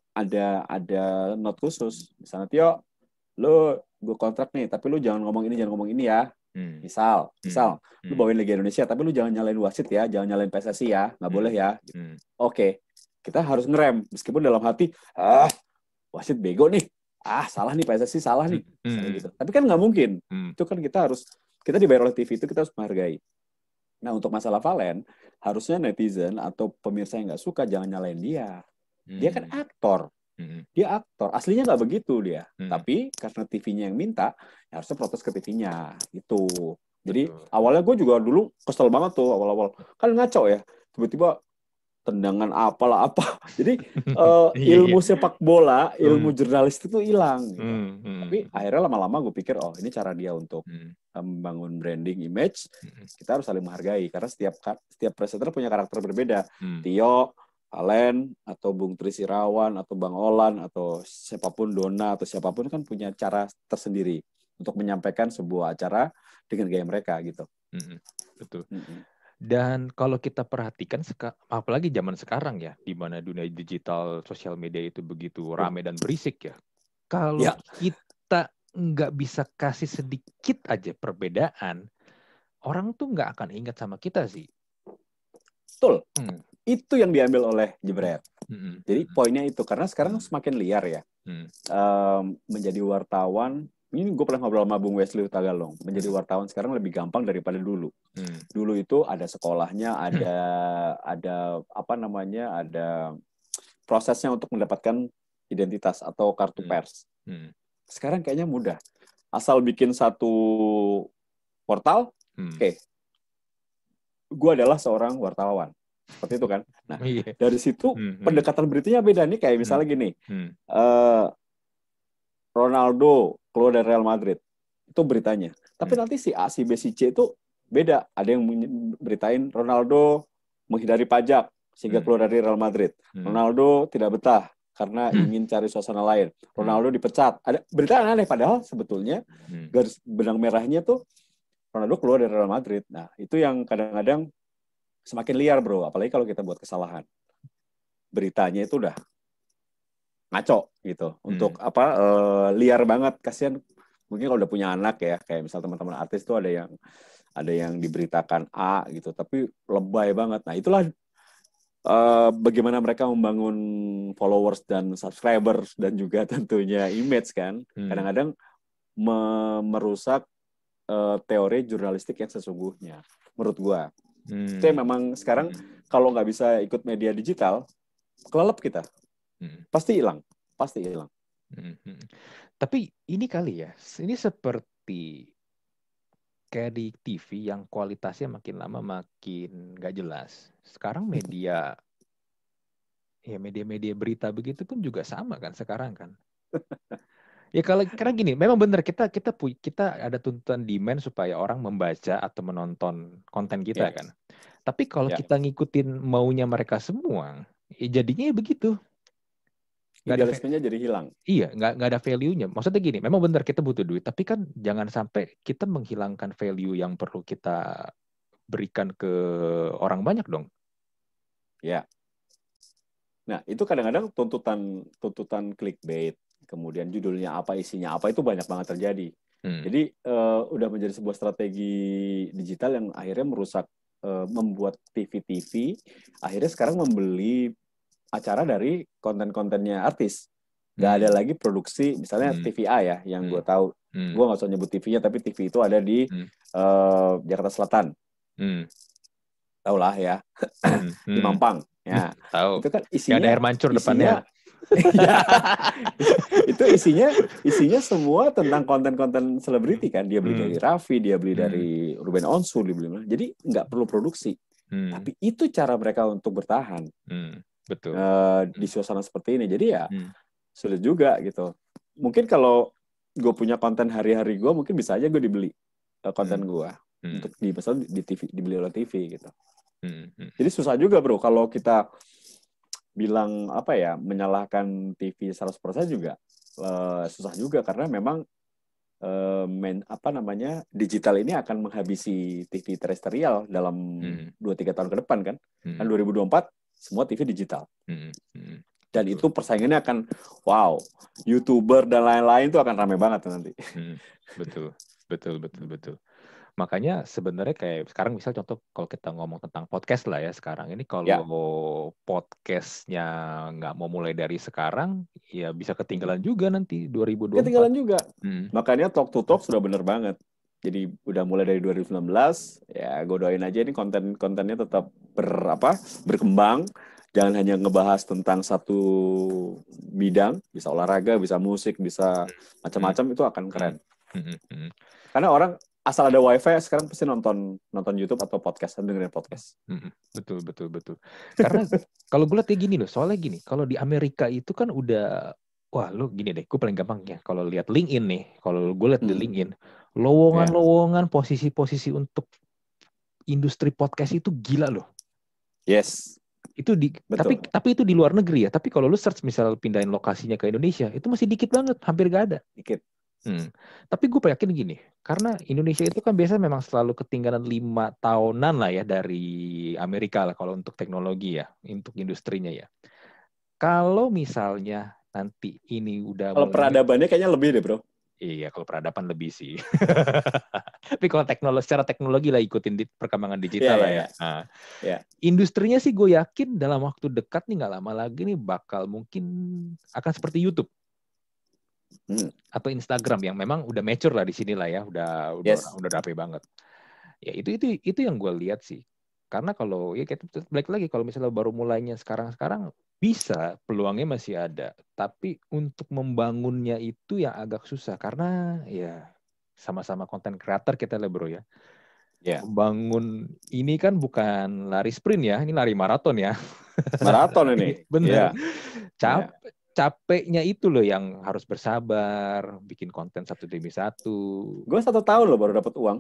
note khusus. Misalnya, Tio, gue kontrak nih, tapi lu jangan ngomong ini ya. Misal, lu bawain Liga Indonesia, tapi lu jangan nyalain wasit ya, jangan nyalain PSSI ya, nggak boleh ya. Oke, kita harus ngerem, meskipun dalam hati, wasit bego nih, salah nih PSSI salah nih, gitu. Tapi kan nggak mungkin, itu kan kita dibayar oleh TV itu kita harus menghargai. Nah untuk masalah Valen, harusnya netizen atau pemirsa yang nggak suka jangan nyalain dia. Dia kan aktor. Dia aktor. Aslinya nggak begitu dia. Tapi karena TV-nya yang minta, ya harusnya protes ke TV-nya. Gitu. Jadi awalnya gue juga dulu kesel banget tuh awal-awal. Kan ngaco ya. Tiba-tiba tendangan apalah apa. Jadi ilmu sepak bola, ilmu jurnalis itu hilang. Gitu. Tapi akhirnya lama-lama gue pikir, ini cara dia untuk membangun branding image. Kita harus saling menghargai. Karena setiap presenter punya karakter berbeda. Tio, Valen, atau Bung Tris Irawan, atau Bang Olan, atau siapapun Dona, atau siapapun kan punya cara tersendiri untuk menyampaikan sebuah acara dengan gaya mereka gitu. Betul. Dan kalau kita perhatikan, apalagi zaman sekarang ya, di mana dunia digital, sosial media itu begitu ramai dan berisik ya. Kalau kita nggak bisa kasih sedikit aja perbedaan, orang tuh nggak akan ingat sama kita sih. Betul. Itu yang diambil oleh Jebret. Jadi poinnya itu, karena sekarang semakin liar ya. Menjadi wartawan, ini gue pernah ngobrol sama Bung Wesley Tagalong, menjadi wartawan sekarang lebih gampang daripada dulu. Dulu itu ada sekolahnya, ada prosesnya untuk mendapatkan identitas atau kartu pers. Sekarang kayaknya mudah. Asal bikin satu portal, oke. Gue adalah seorang wartawan. Seperti itu kan. Nah, dari situ pendekatan beritanya beda nih. Kayak misalnya gini, Ronaldo keluar dari Real Madrid. Itu beritanya. Tapi nanti si A, si B, si C itu beda. Ada yang beritain Ronaldo menghindari pajak sehingga keluar dari Real Madrid. Ronaldo tidak betah karena ingin cari suasana lain. Ronaldo dipecat. Ada berita aneh, padahal sebetulnya garis benang merahnya tuh Ronaldo keluar dari Real Madrid. Nah, itu yang kadang-kadang semakin liar, bro. Apalagi kalau kita buat kesalahan. Beritanya itu udah ngaco gitu. Untuk liar banget. Kasihan mungkin kalau udah punya anak ya, kayak misal teman-teman artis tuh ada yang diberitakan A gitu, tapi lebay banget. Nah, itulah bagaimana mereka membangun followers dan subscribers dan juga tentunya image kan. Kadang-kadang merusak teori jurnalistik yang sesungguhnya menurut gua. Itu yang memang sekarang kalau nggak bisa ikut media digital, kelelep kita. Pasti hilang. Tapi ini kali ya, ini seperti kayak di TV yang kualitasnya makin lama makin nggak jelas. Sekarang media berita begitu pun juga sama kan sekarang kan. Ya karena gini, memang benar kita ada tuntutan demand supaya orang membaca atau menonton konten kita kan. Tapi kalau kita ngikutin maunya mereka semua, jadinya ya begitu. Idealismenya jadi hilang. Iya, nggak ada value-nya. Maksudnya gini, memang benar kita butuh duit, tapi kan jangan sampai kita menghilangkan value yang perlu kita berikan ke orang banyak dong. Ya. Nah, itu kadang-kadang tuntutan clickbait, kemudian judulnya apa, isinya apa, itu banyak banget terjadi. Jadi udah menjadi sebuah strategi digital yang akhirnya merusak, membuat TV-TV akhirnya sekarang membeli acara dari konten-kontennya artis. Gak ada lagi produksi, misalnya TVA ya, yang gue tahu. Gue nggak usah nyebut TV-nya, tapi TV itu ada di Jakarta Selatan. Tahu lah ya, di Mampang. Ya, tahu. Itu kan isinya. Ada air mancur depannya. Ya, itu isinya semua tentang konten-konten selebriti kan. Dia beli dari Raffi, dia beli dari Ruben Onsu, dia beli. Jadi nggak perlu produksi. Tapi itu cara mereka untuk bertahan. Betul. Di suasana seperti ini. Jadi ya sulit juga gitu. Mungkin kalau gue punya konten hari-hari gue, mungkin bisa aja gue dibeli konten gue untuk di TV, dibeli oleh TV gitu. Jadi susah juga bro kalau kita bilang apa ya, menyalahkan TV 100% juga susah juga, karena memang digital ini akan menghabisi TV terestrial dalam 2-3 tahun ke depan kan. Kan 2024 semua TV digital. Dan itu persaingannya akan wow, YouTuber dan lain-lain itu akan ramai banget nanti. Betul. Makanya sebenarnya kayak sekarang misal contoh kalau kita ngomong tentang podcast lah ya sekarang ini, kalau podcastnya nggak mau mulai dari sekarang ya bisa ketinggalan juga nanti 2024. Ketinggalan juga. Makanya Talk to Talk sudah bener banget. Jadi udah mulai dari 2019 ya, gue doain aja ini kontennya tetap berkembang. Jangan hanya ngebahas tentang satu bidang, bisa olahraga, bisa musik, bisa macam-macam, itu akan keren. Karena orang asal ada wifi sekarang pasti nonton YouTube atau podcast, dengerin podcast. Betul. Karena kalau gue lihat kayak gini loh, soalnya gini, kalau di Amerika itu kan udah, wah lo gini deh, gue paling gampang ya, kalau lihat LinkedIn nih, kalau gue lihat di LinkedIn, lowongan posisi-posisi untuk industri podcast itu gila loh. Yes. Itu tapi itu di luar negeri ya. Tapi kalau lu search misal pindahin lokasinya ke Indonesia, itu masih dikit banget, hampir gak ada. Dikit. Tapi gue yakin gini, karena Indonesia itu kan biasanya memang selalu ketinggalan 5 tahunan lah ya dari Amerika lah kalau untuk teknologi ya, untuk industrinya ya. Kalau misalnya nanti ini udah kalau peradabannya kayaknya lebih deh bro. Iya, kalau peradaban lebih sih. Tapi kalau secara teknologi lah ikutin perkembangan digital lah ya. Nah, industrinya sih gue yakin dalam waktu dekat nih, nggak lama lagi nih bakal mungkin akan seperti YouTube atau Instagram yang memang udah mature lah di sini lah ya, udah rapi banget. Ya itu yang gue lihat sih. Karena kalau ya kita balik lagi, kalau misalnya baru mulainya sekarang bisa, peluangnya masih ada, tapi untuk membangunnya itu yang agak susah karena ya sama-sama konten creator kita lah bro ya. Membangun ini kan bukan lari sprint ya, ini lari maraton ya. Maraton ini. Bener. Capeknya itu loh yang harus bersabar, bikin konten satu demi satu. Gue 1 tahun loh baru dapat uang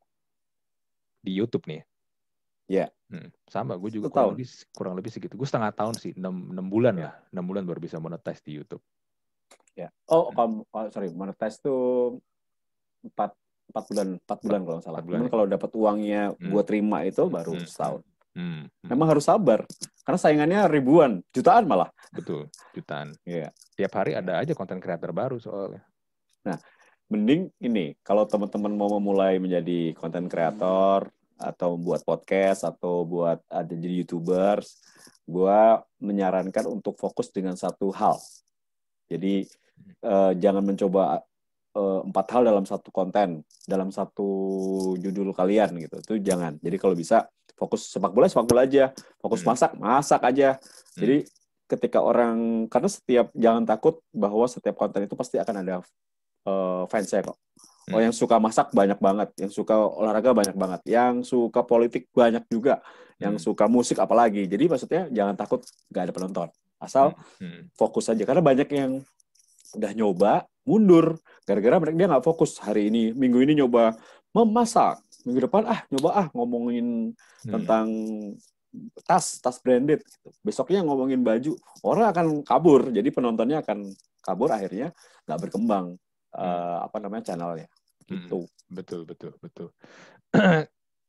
di YouTube nih. Iya. Sama, gue juga kurang lebih segitu. Gue 1/2 tahun sih, 6 bulan lah. 6 bulan baru bisa monetize di YouTube. Ya. Monetize tuh 4 bulan kalau nggak salah. Cuman kalau dapat uangnya gue terima itu baru setahun. Memang harus sabar. Karena saingannya ribuan, jutaan malah. Betul, jutaan. Tiap hari ada aja konten creator baru soalnya. Nah, mending ini, kalau teman-teman mau memulai menjadi konten creator, atau buat podcast, atau buat ada jadi YouTubers, gue menyarankan untuk fokus dengan satu hal. Jadi jangan mencoba 4 hal dalam satu konten, dalam satu judul kalian gitu. Itu jangan. Jadi kalau bisa fokus sepak bola aja, fokus masak aja. Jadi ketika karena jangan takut bahwa setiap konten itu pasti akan ada fansnya kok. Yang suka masak banyak banget, yang suka olahraga banyak banget, yang suka politik banyak juga, yang suka musik apalagi. Jadi maksudnya jangan takut nggak ada penonton, asal fokus aja. Karena banyak yang udah nyoba mundur gara-gara dia nggak fokus. Hari ini, minggu ini nyoba memasak, minggu depan nyoba ngomongin tentang tas branded, besoknya ngomongin baju, orang akan kabur. Jadi penontonnya akan kabur, akhirnya nggak berkembang channelnya gitu. Betul.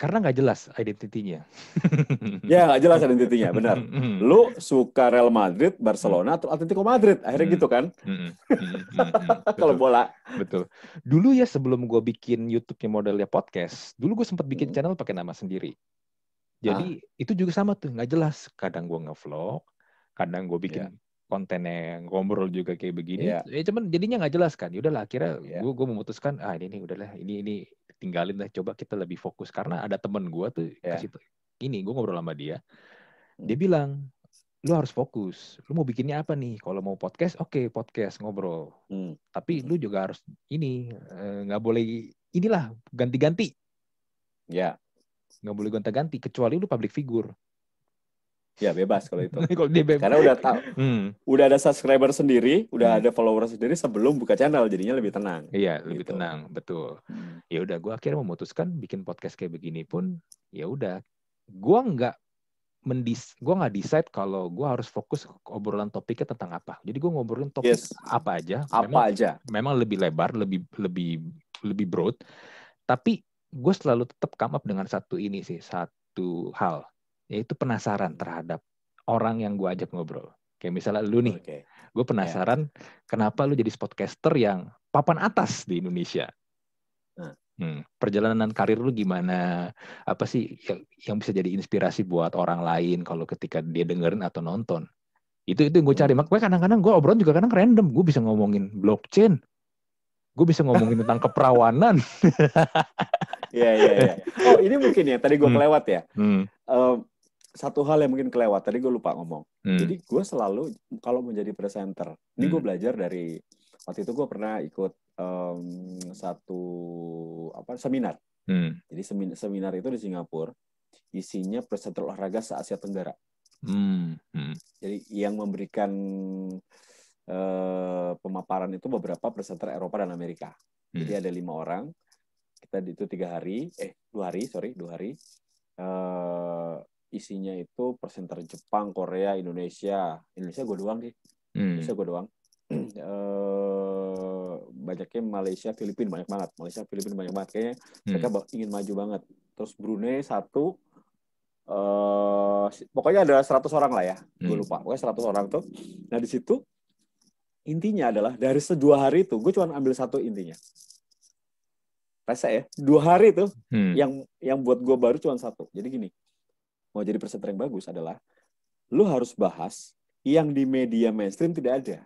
Karena nggak jelas identitinya. Ya, nggak jelas identitinya, benar. Lu suka Real Madrid, Barcelona, atau Atletico Madrid. Akhirnya gitu kan. Kalau bola. Betul. Dulu ya sebelum gue bikin YouTube-nya modelnya podcast, dulu gue sempat bikin channel pakai nama sendiri. Jadi itu juga sama tuh, nggak jelas. Kadang gue nge-vlog, kadang gue bikin kontennya ngobrol juga kayak begini. Cuman jadinya nggak jelas kan. Yaudahlah, akhirnya gue memutuskan, ini udahlah, ini tinggalin lah, coba kita lebih fokus. Karena ada temen gue tuh kasih ini, gue ngobrol sama dia. Dia bilang, lu harus fokus. Lu mau bikinnya apa nih? Kalau mau podcast, oke, podcast ngobrol. Tapi lu juga harus nggak boleh inilah ganti-ganti. Ya. Nggak boleh gonta-ganti kecuali lu public figure. Ya bebas kalau itu. Kalau dia bebas. Karena udah tahu, udah ada subscriber sendiri, udah ada follower sendiri sebelum buka channel, jadinya lebih tenang. Iya, lebih tenang, betul. Ya udah, gue akhirnya memutuskan bikin podcast kayak begini pun, ya udah, gue nggak decide kalau gue harus fokus obrolan topiknya tentang apa. Jadi gue ngobrolin topik apa aja. Memang lebih lebar, lebih broad. Tapi gue selalu tetap come up dengan satu hal, yaitu penasaran terhadap orang yang gue ajak ngobrol. Kayak misalnya lu nih, gue penasaran kenapa lu jadi podcaster yang papan atas di Indonesia. Perjalanan karir lu gimana? Apa sih yang bisa jadi inspirasi buat orang lain kalau ketika dia dengerin atau nonton? Itu yang gue cari. Makanya kadang-kadang gue obrolan juga kadang random. Gue bisa ngomongin blockchain. Gue bisa ngomongin tentang keperawanan. Iya. Oh, ini mungkin ya. Tadi gue kelewat ya. Satu hal yang mungkin kelewat. Tadi gue lupa ngomong. Jadi gue selalu, kalau menjadi presenter, ini gue belajar dari, waktu itu gue pernah ikut satu seminar. Jadi seminar itu di Singapura. Isinya presenter olahraga se-Asia Tenggara. Jadi yang memberikan pemaparan itu beberapa presenter Eropa dan Amerika. Jadi ada 5 orang. Kita itu 2 hari. Isinya itu presenter Jepang, Korea, Indonesia gue doang deh. Indonesia gue doang. Banyaknya Malaysia, Filipina banyak banget. Kayaknya mereka ingin maju banget. Terus Brunei 1. Pokoknya ada 100 orang lah ya. Gue lupa. Pokoknya 100 orang tuh. Nah di situ intinya adalah dari 2 hari itu gue cuma ambil 1 intinya. Rasa ya 2 hari itu yang buat gue baru cuma 1. Jadi gini, mau jadi presenter yang bagus adalah lu harus bahas yang di media mainstream tidak ada.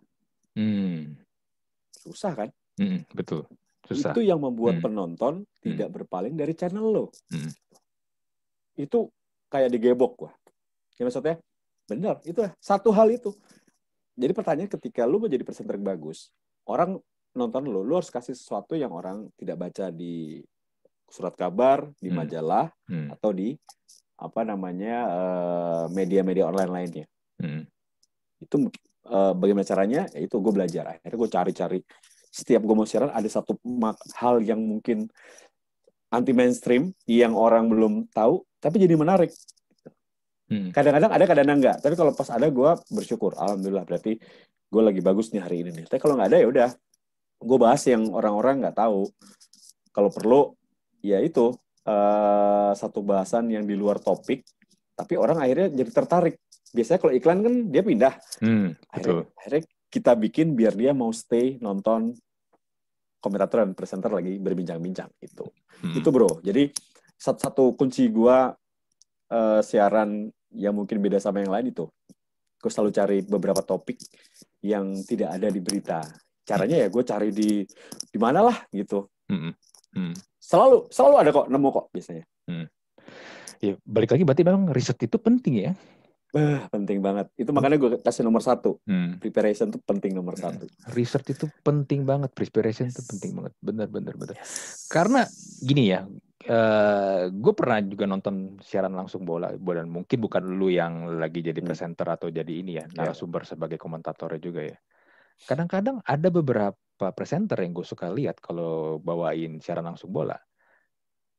Susah kan? Betul. Susah. Itu yang membuat penonton tidak berpaling dari channel lo. Itu kayak digebok gua. Ya maksudnya benar, itu satu hal itu. Jadi pertanyaan ketika lu menjadi presenter yang bagus, orang nonton lu harus kasih sesuatu yang orang tidak baca di surat kabar, di majalah, atau di media-media online lainnya. Itu bagaimana caranya? Ya itu gue belajar. Akhirnya gue cari-cari. Setiap gue mau siaran ada satu hal yang mungkin anti mainstream yang orang belum tahu, tapi jadi menarik. Kadang-kadang ada, kadang-kadang enggak. Tapi kalau pas ada, gue bersyukur. Alhamdulillah, berarti gue lagi bagus nih hari ini nih. Tapi kalau nggak ada, ya udah. Gue bahas yang orang-orang nggak tahu. Kalau perlu, ya itu satu bahasan yang di luar topik. Tapi orang akhirnya jadi tertarik. Biasanya kalau iklan kan dia pindah. Akhirnya kita bikin biar dia mau stay nonton komentator dan presenter lagi berbincang-bincang. Itu bro. Jadi satu kunci gue siaran yang mungkin beda sama yang lain itu. Gue selalu cari beberapa topik yang tidak ada di berita. Caranya ya gue cari di mana lah gitu. Selalu ada kok, nemu kok biasanya. Ya, balik lagi berarti memang riset itu penting ya. Penting banget. Itu makanya gue kasih nomor 1. Preparation itu penting nomor 1. Riset itu penting banget. Preparation itu penting banget. Benar. Karena gini ya, gue pernah juga nonton siaran langsung bola, dan mungkin bukan lu yang lagi jadi presenter atau jadi ini ya, narasumber sebagai komentatornya juga ya. Kadang-kadang ada beberapa presenter yang gue suka lihat kalau bawain siaran langsung bola.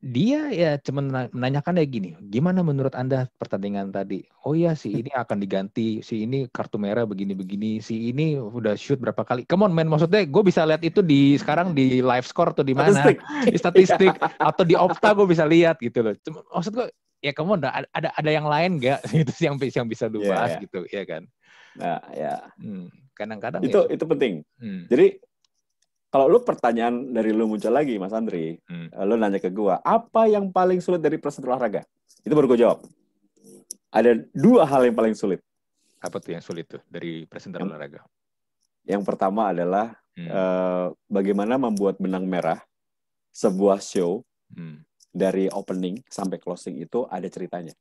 Dia ya cuma menanyakan ya gini, gimana menurut Anda pertandingan tadi? Oh iya, si ini akan diganti, si ini kartu merah begini-begini, si ini udah shoot berapa kali. Come on man, maksudnya gue bisa lihat itu sekarang di live score tuh di mana, di statistik atau di Opta gue bisa lihat gitu loh. Cuma maksud gue ya come on, ada yang lain nggak gitu sih yang bisa lu bahas gitu ya kan? Nah, ya. Kadang-kadang itu penting. Jadi kalau lu pertanyaan dari lu muncul lagi, Mas Andri, lu nanya ke gua, apa yang paling sulit dari presenter olahraga? Itu baru gua jawab. Ada 2 hal yang paling sulit. Apa tuh yang sulit tuh dari presenter olahraga? Yang pertama adalah bagaimana membuat benang merah sebuah show dari opening sampai closing itu ada ceritanya.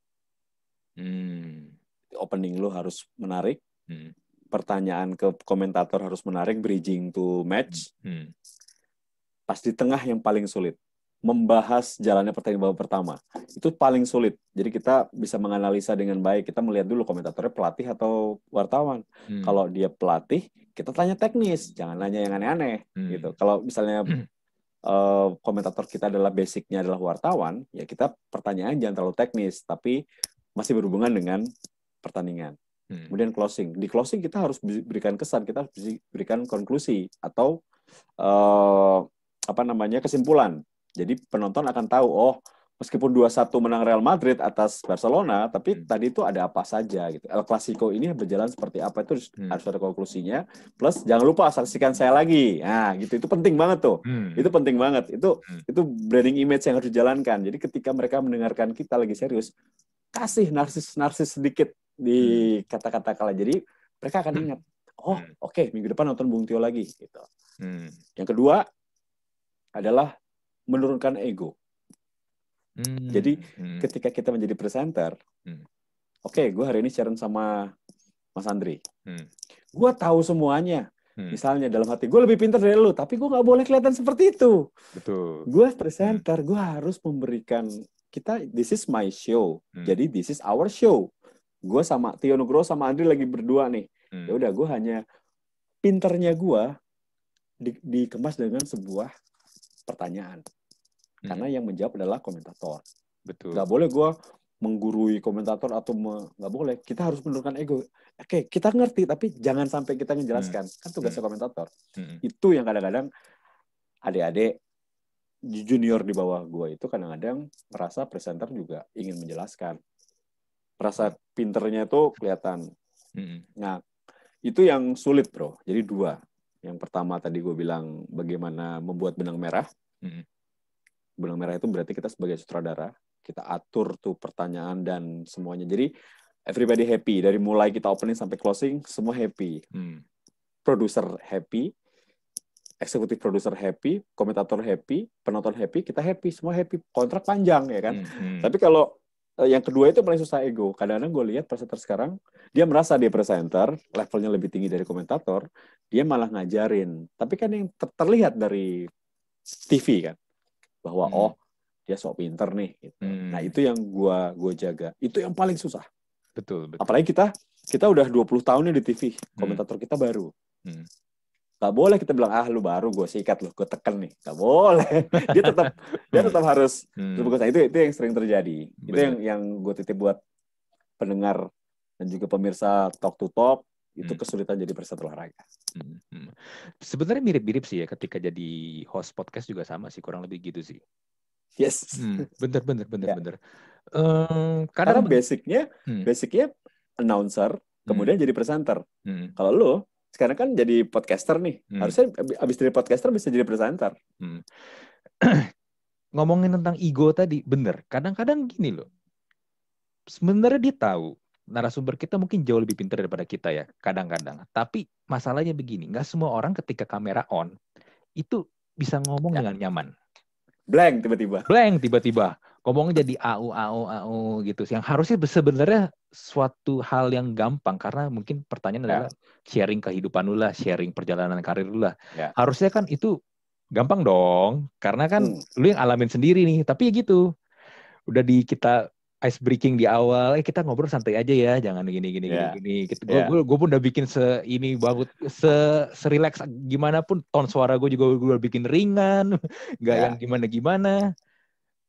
Opening lu harus menarik. Pertanyaan ke komentator harus menarik, bridging to match. Pas di tengah yang paling sulit, membahas jalannya pertandingan babak pertama, itu paling sulit. Jadi kita bisa menganalisa dengan baik. Kita melihat dulu komentatornya pelatih atau wartawan. Kalau dia pelatih, kita tanya teknis, jangan nanya yang aneh-aneh. Gitu. Kalau misalnya komentator kita adalah basicnya adalah wartawan, ya kita pertanyaan jangan terlalu teknis, tapi masih berhubungan dengan pertandingan. Kemudian closing. Di closing kita harus berikan kesan, kita harus berikan konklusi atau kesimpulan. Jadi penonton akan tahu, oh meskipun 2-1 menang Real Madrid atas Barcelona, tapi tadi itu ada apa saja gitu. El Clasico ini berjalan seperti apa, itu harus ada konklusinya. Plus jangan lupa saksikan saya lagi. Nah, gitu, itu penting banget tuh. Itu penting banget. Itu branding image yang harus dijalankan. Jadi ketika mereka mendengarkan kita lagi serius, kasih narsis sedikit di kata-kata kala. Jadi mereka akan ingat, oh oke, minggu depan nonton Bung Tio lagi gitu. Yang kedua adalah menurunkan ego. Jadi ketika kita menjadi presenter, oke, gue hari ini sharing sama Mas Andri. Gue tahu semuanya. Misalnya dalam hati, gue lebih pintar dari lu, tapi gue nggak boleh kelihatan seperti itu. Betul. Gue presenter, gue harus memberikan this is my show. Jadi this is our show. Gue sama Tio Nugroho sama Andri lagi berdua nih. Ya udah, gue hanya pinternya gue dikemas dengan sebuah pertanyaan. Karena yang menjawab adalah komentator. Betul. Gak boleh gue menggurui komentator atau gak boleh. Kita harus menurunkan ego. Oke, kita ngerti, tapi jangan sampai kita menjelaskan. Kan tugasnya komentator. Itu yang kadang-kadang adik-adik junior di bawah gue itu kadang-kadang merasa presenter juga ingin menjelaskan. Merasa pinternya itu kelihatan. Nah, itu yang sulit, bro. Jadi 2. Yang pertama tadi gue bilang bagaimana membuat benang merah. Benang merah itu berarti kita sebagai sutradara, kita atur tuh pertanyaan dan semuanya. Jadi everybody happy. Dari mulai kita opening sampai closing, semua happy. Producer happy, eksekutif producer happy, komentator happy, penonton happy, kita happy, semua happy. Kontrak panjang, ya kan? Tapi kalau yang kedua itu paling susah ego. Kadang-kadang gue lihat presenter sekarang, dia merasa dia presenter, levelnya lebih tinggi dari komentator, dia malah ngajarin. Tapi kan yang terlihat dari TV kan, bahwa oh dia sok pinter nih gitu. Nah itu yang gua jaga, itu yang paling susah. Betul. Apalagi kita udah 20 tahun nih di TV, komentator kita baru. Gak boleh kita bilang lu baru, gue sikat lu, gue teken nih, gak boleh. dia tetap harus nah, itu yang sering terjadi. Bener. Itu yang gue titip buat pendengar dan juga pemirsa Talk to Talk. Itu kesulitan jadi presenter olahraga. Sebenarnya mirip-mirip sih ya, ketika jadi host podcast juga sama sih, kurang lebih gitu sih. Yes. Bener. Karena basicnya announcer, kemudian jadi presenter. Kalau lo sekarang kan jadi podcaster nih, harusnya abis dari podcaster bisa jadi presenter. Ngomongin tentang ego tadi, bener. Kadang-kadang gini loh, sebenarnya dia tahu narasumber kita mungkin jauh lebih pintar daripada kita ya, kadang-kadang. Tapi masalahnya begini, nggak semua orang ketika kamera on, itu bisa ngomong dengan nyaman. Blank tiba-tiba. Ngomongnya jadi au gitu. Yang harusnya sebenarnya suatu hal yang gampang, karena mungkin pertanyaan adalah sharing kehidupan lu lah, sharing perjalanan karir lu lah. Harusnya kan itu gampang dong, karena kan lu yang alamin sendiri nih. Tapi ya gitu, udah kita ice breaking di awal, kita ngobrol santai aja ya, jangan gini. Gue pun udah bikin ini banget, se-relax gimana pun, tone suara gue juga gue bikin ringan, nggak yang gimana.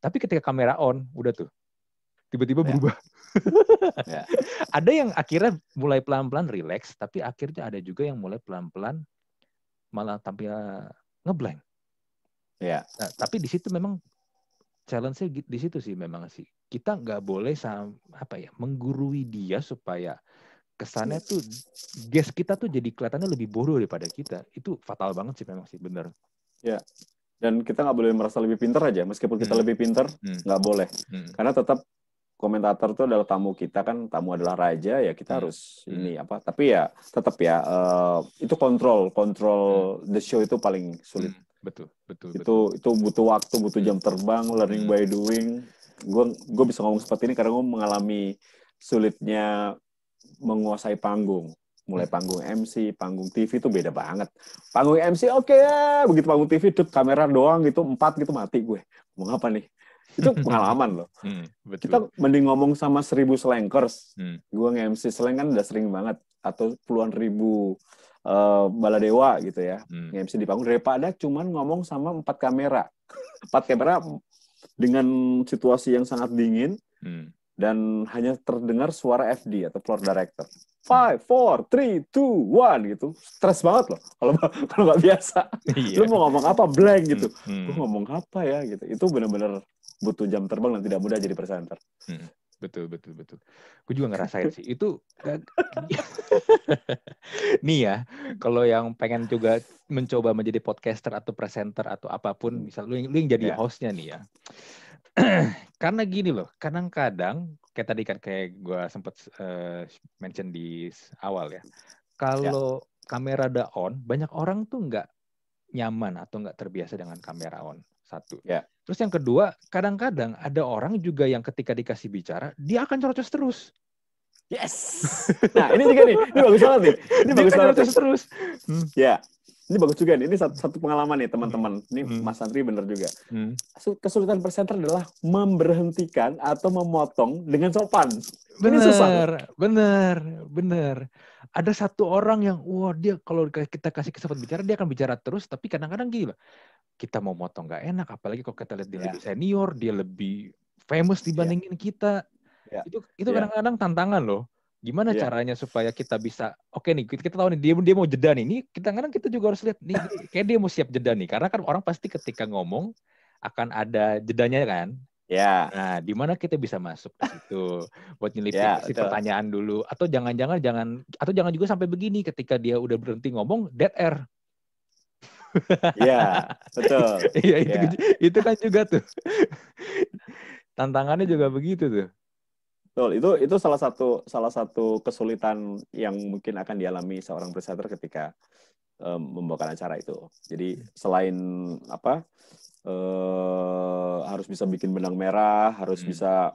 Tapi ketika kamera on, udah tuh tiba-tiba berubah. Ya. Ada yang akhirnya mulai pelan-pelan relax, tapi akhirnya ada juga yang mulai pelan-pelan malah tampil ngeblank. Ya. Nah, tapi di situ memang challenge-nya di situ sih memang sih. Kita nggak boleh menggurui dia supaya kesannya tuh guest kita tuh jadi kelihatannya lebih bodoh daripada kita. Itu fatal banget sih memang sih, bener. Ya. Dan kita nggak boleh merasa lebih pintar aja, meskipun kita lebih pintar, nggak boleh. Karena tetap komentator itu adalah tamu kita, kan tamu adalah raja, ya kita harus ini apa. Tapi ya tetap ya itu kontrol the show itu paling sulit. Betul. Itu butuh waktu, butuh jam terbang, learning by doing. Gue bisa ngomong seperti ini karena gue mengalami sulitnya menguasai panggung. Mulai panggung MC, panggung TV itu beda banget. Panggung MC oke ya, begitu panggung TV kamera doang gitu 4 gitu mati gue. Mau apa nih? Itu pengalaman loh. Betul. Kita mending ngomong sama 1.000 slankers. Gue nge-MC slang kan udah sering banget. Atau puluhan ribu baladewa gitu ya. Nge-MC di panggung. Daripada cuman ngomong sama 4 kamera. 4 kamera dengan situasi yang sangat dingin. Dan hanya terdengar suara FD atau floor director. 5, 4, 3, 2, 1 gitu. Stres banget loh. Kalau nggak biasa. Lu mau ngomong apa? Blank gitu. Gue ngomong apa ya gitu. Itu benar-benar butuh jam terbang dan tidak mudah jadi presenter. Betul. Gue juga ngerasain sih. Itu nih ya, kalau yang pengen juga mencoba menjadi podcaster atau presenter atau apapun, misal lu yang jadi hostnya nih ya. Karena gini loh, kadang-kadang kayak tadi kan kayak gue sempat mention di awal ya. Kalau kamera udah on, banyak orang tuh nggak nyaman atau nggak terbiasa dengan kamera on. Satu. Terus yang kedua, kadang-kadang ada orang juga yang ketika dikasih bicara, dia akan cerocos terus. Yes. Nah, ini juga nih. Ini bagus banget nih. Ini bagus banget terus. Ya. Ini bagus juga nih. Ini satu pengalaman nih, teman-teman. Ini Mas Andri bener juga. Kesulitan presenter adalah memberhentikan atau memotong dengan sopan. Ini susah. Bener. Ada satu orang yang, dia kalau kita kasih kesempatan bicara, dia akan bicara terus. Tapi kadang-kadang gila. Kita mau motong nggak enak, apalagi kalau kita lihat dia lebih senior, dia lebih famous dibandingin kita. Itu kadang-kadang tantangan loh. Gimana caranya supaya kita bisa, oke nih, kita tahu nih dia mau jeda nih. Ini kadang-kadang kita juga harus lihat nih, kayak dia mau siap jeda nih. Karena kan orang pasti ketika ngomong akan ada jedanya kan. Nah, di mana kita bisa masuk ke situ buat nyelipin si pertanyaan dulu, atau jangan juga sampai begini ketika dia udah berhenti ngomong dead air. Iya, betul. Iya, itu kan juga tuh. Tantangannya juga begitu tuh. Betul, itu salah satu kesulitan yang mungkin akan dialami seorang presenter ketika membawakan acara itu. Jadi selain harus bisa bikin benang merah, harus bisa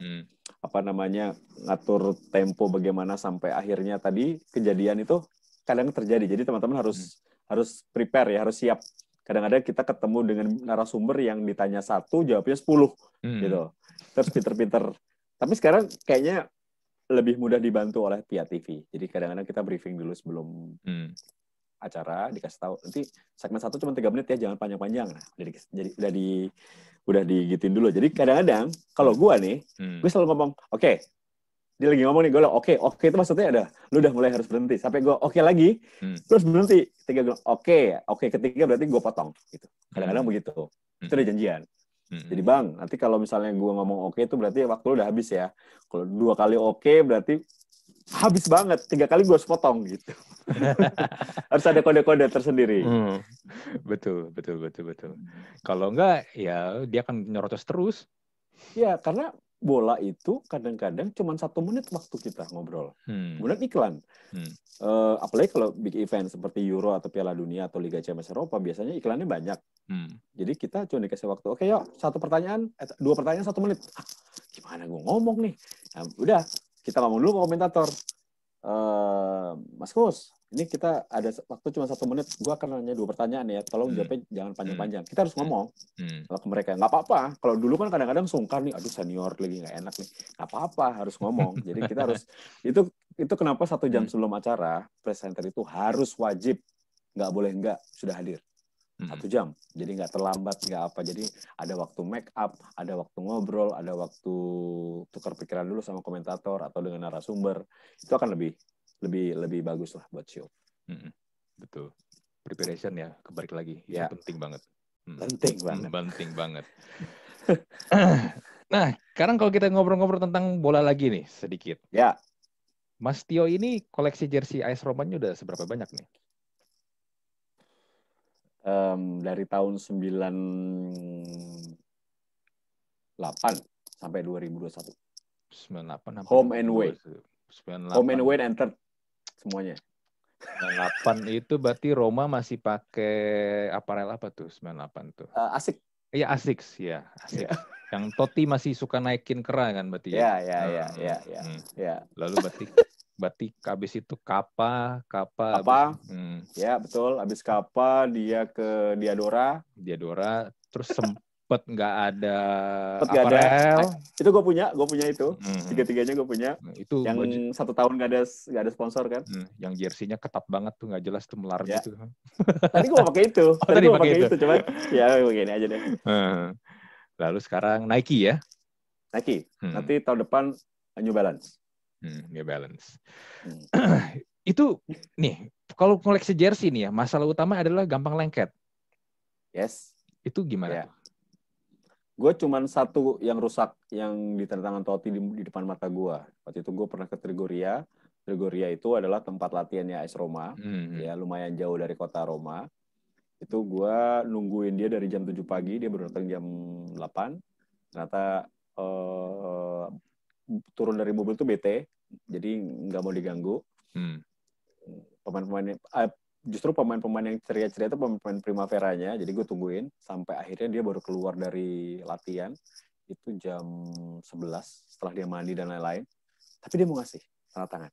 ngatur tempo bagaimana sampai akhirnya tadi kejadian itu kadang terjadi. Jadi teman-teman harus prepare ya, harus siap. Kadang-kadang kita ketemu dengan narasumber yang ditanya 1, jawabnya 10 gitu. Terus pinter-pinter. Tapi sekarang kayaknya lebih mudah dibantu oleh pihak TV. Jadi kadang-kadang kita briefing dulu sebelum acara, dikasih tahu nanti segmen 1 cuma 3 menit ya, jangan panjang-panjang. Nah, udah digituin dulu. Jadi kadang-kadang kalau gue nih, gue selalu ngomong, oke, dia lagi ngomong nih, gue bilang oke itu maksudnya lu udah mulai harus berhenti. Sampai gue oke lagi, terus berhenti. Ketiga gue oke, ketiga berarti gue potong. Gitu. Kadang-kadang begitu. Itu udah janjian. Jadi bang, nanti kalau misalnya gue ngomong oke itu berarti waktu lu udah habis ya. Kalau 2 kali oke berarti habis banget. 3 kali gue harus potong gitu. Harus ada kode-kode tersendiri. Betul. Kalau enggak, ya dia akan nyerocos terus. Ya, karena bola itu kadang-kadang cuma 1 menit waktu kita ngobrol. Kemudian iklan. Apalagi kalau big event seperti Euro atau Piala Dunia atau Liga Champions Eropa, biasanya iklannya banyak. Jadi kita cuma dikasih waktu, oke yuk, 2 pertanyaan 1 menit. Gimana gue ngomong nih? Nah, udah, kita ngomong dulu ke komentator. Mas Kus, ini kita ada waktu cuma 1 menit. Gue akan nanya 2 pertanyaan ya. Tolong jawabnya jangan panjang-panjang. Kita harus ngomong ke mereka. Nggak apa-apa. Kalau dulu kan kadang-kadang sungkan nih. Aduh senior lagi nggak enak nih. Nggak apa-apa. Harus ngomong. Jadi kita harus itu kenapa 1 jam sebelum acara presenter itu harus wajib, nggak boleh nggak sudah hadir. 1 jam. Jadi nggak terlambat, nggak apa. Jadi ada waktu make up, ada waktu ngobrol, ada waktu tukar pikiran dulu sama komentator atau dengan narasumber. Itu akan lebih bagus lah buat show. Betul. Preparation ya, kebalik lagi. Itu penting banget. Penting banget. Nah, sekarang kalau kita ngobrol-ngobrol tentang bola lagi nih sedikit. Ya. Mas Tio ini koleksi jersey AS Romanya udah seberapa banyak nih? Dari tahun 98 sampai 2021. 98 sampai home and away. 98. Home and away and third semuanya. 98 itu berarti Roma masih pakai aparel apa tuh 98 tuh? Asik. Iya Asics ya, Asics. Yeah. Yang Totti masih suka naikin kera kan berarti ya? Ya. Lalu berarti habis itu Kappa. Ya betul. Habis Kappa dia ke Diadora, terus sempet nggak ada aparel. Itu gue punya itu. Tiga-tiganya gue punya. Itu yang 1 tahun nggak ada sponsor kan? Yang jersinya ketat banget tuh, nggak jelas tuh melar gitu. Tadi gue pakai itu. Tadi gue pakai itu, coba. Ya begini aja deh. Lalu sekarang Nike ya? Nike. Nanti tahun depan New Balance. New Balance. Itu nih, kalau koleksi jersey nih ya, masalah utama adalah gampang lengket. Yes. Itu gimana tuh? Gue cuman satu yang rusak yang di tanda tangan Totti di depan mata gue. Waktu itu gue pernah ke Trigoria. Trigoria itu adalah tempat latihannya AS Roma. Ya lumayan jauh dari kota Roma. Itu gue nungguin dia dari jam 7 pagi, dia baru datang jam 8. Ternyata turun dari mobil tuh bete, jadi nggak mau diganggu. Justru pemain-pemain yang ceria-ceria itu pemain Primaveranya, jadi gue tungguin sampai akhirnya dia baru keluar dari latihan itu jam 11 setelah dia mandi dan lain-lain. Tapi dia mau ngasih tanda tangan.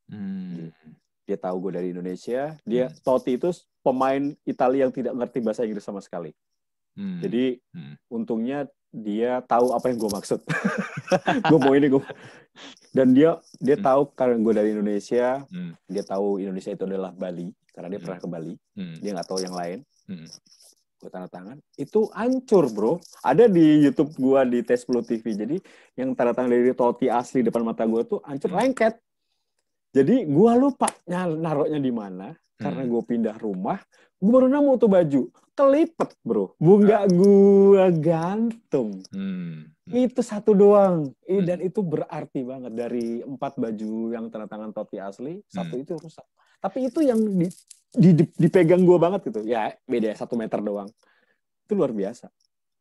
Dia tahu gue dari Indonesia. Totti itu pemain Italia yang tidak ngerti bahasa Inggris sama sekali. Jadi untungnya dia tahu apa yang gue maksud. Gue mau ini dan dia tahu karena gue dari Indonesia. Dia tahu Indonesia itu adalah Bali karena dia pernah ke Bali. Dia nggak tahu yang lain. Gue tanda tangan itu hancur bro. Ada di YouTube gue di Tes10 TV. Jadi yang tanda tangan dari Totti asli depan mata gue tuh hancur lengket. Jadi gue lupa naruhnya di mana karena gue pindah rumah. Gue baru nemu tuh baju kelipet bro. Nggak gue gantung. Itu satu doang. Dan itu berarti banget. Dari 4 baju yang tanda tangan Totti asli, 1 itu rusak. Tapi itu yang dipegang gue banget gitu. Ya beda 1 meter doang. Itu luar biasa.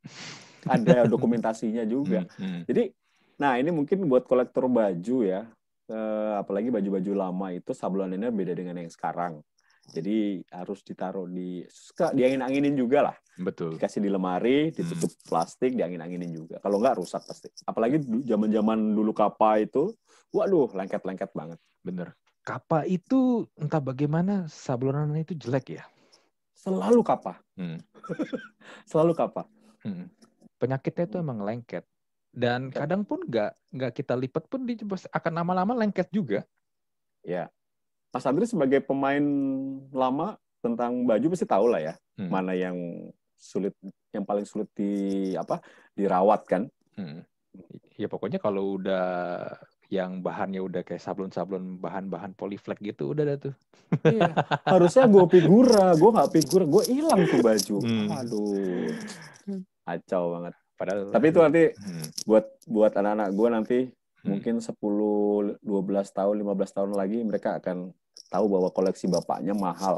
Ada dokumentasinya juga. Jadi, nah ini mungkin buat kolektor baju ya. Apalagi baju-baju lama itu sablonannya beda dengan yang sekarang. Jadi harus ditaruh diangin-anginin juga lah. Betul. Dikasih di lemari, ditutup plastik, diangin-anginin juga. Kalau nggak rusak pasti. Apalagi zaman-zaman dulu Kappa itu, waduh lengket-lengket banget. Bener. Kappa itu entah bagaimana sablonannya itu jelek ya. Selalu Kappa. Selalu Kappa. Penyakitnya itu emang lengket. Dan kadang pun nggak kita lipat pun akan lama-lama lengket juga. Ya. Mas Andri sebagai pemain lama tentang baju pasti tahu lah ya. Mana yang sulit, yang paling sulit dirawat kan. Ya pokoknya kalau udah yang bahannya udah kayak sablon-sablon bahan-bahan polyflex gitu udah dah tuh. Iya. Harusnya gue nggak figura, gue hilang tuh baju. Aduh. Kacau banget. Padahal tapi itu nanti buat anak-anak gue nanti mungkin 10, 12 tahun, 15 tahun lagi mereka akan tahu bahwa koleksi bapaknya mahal.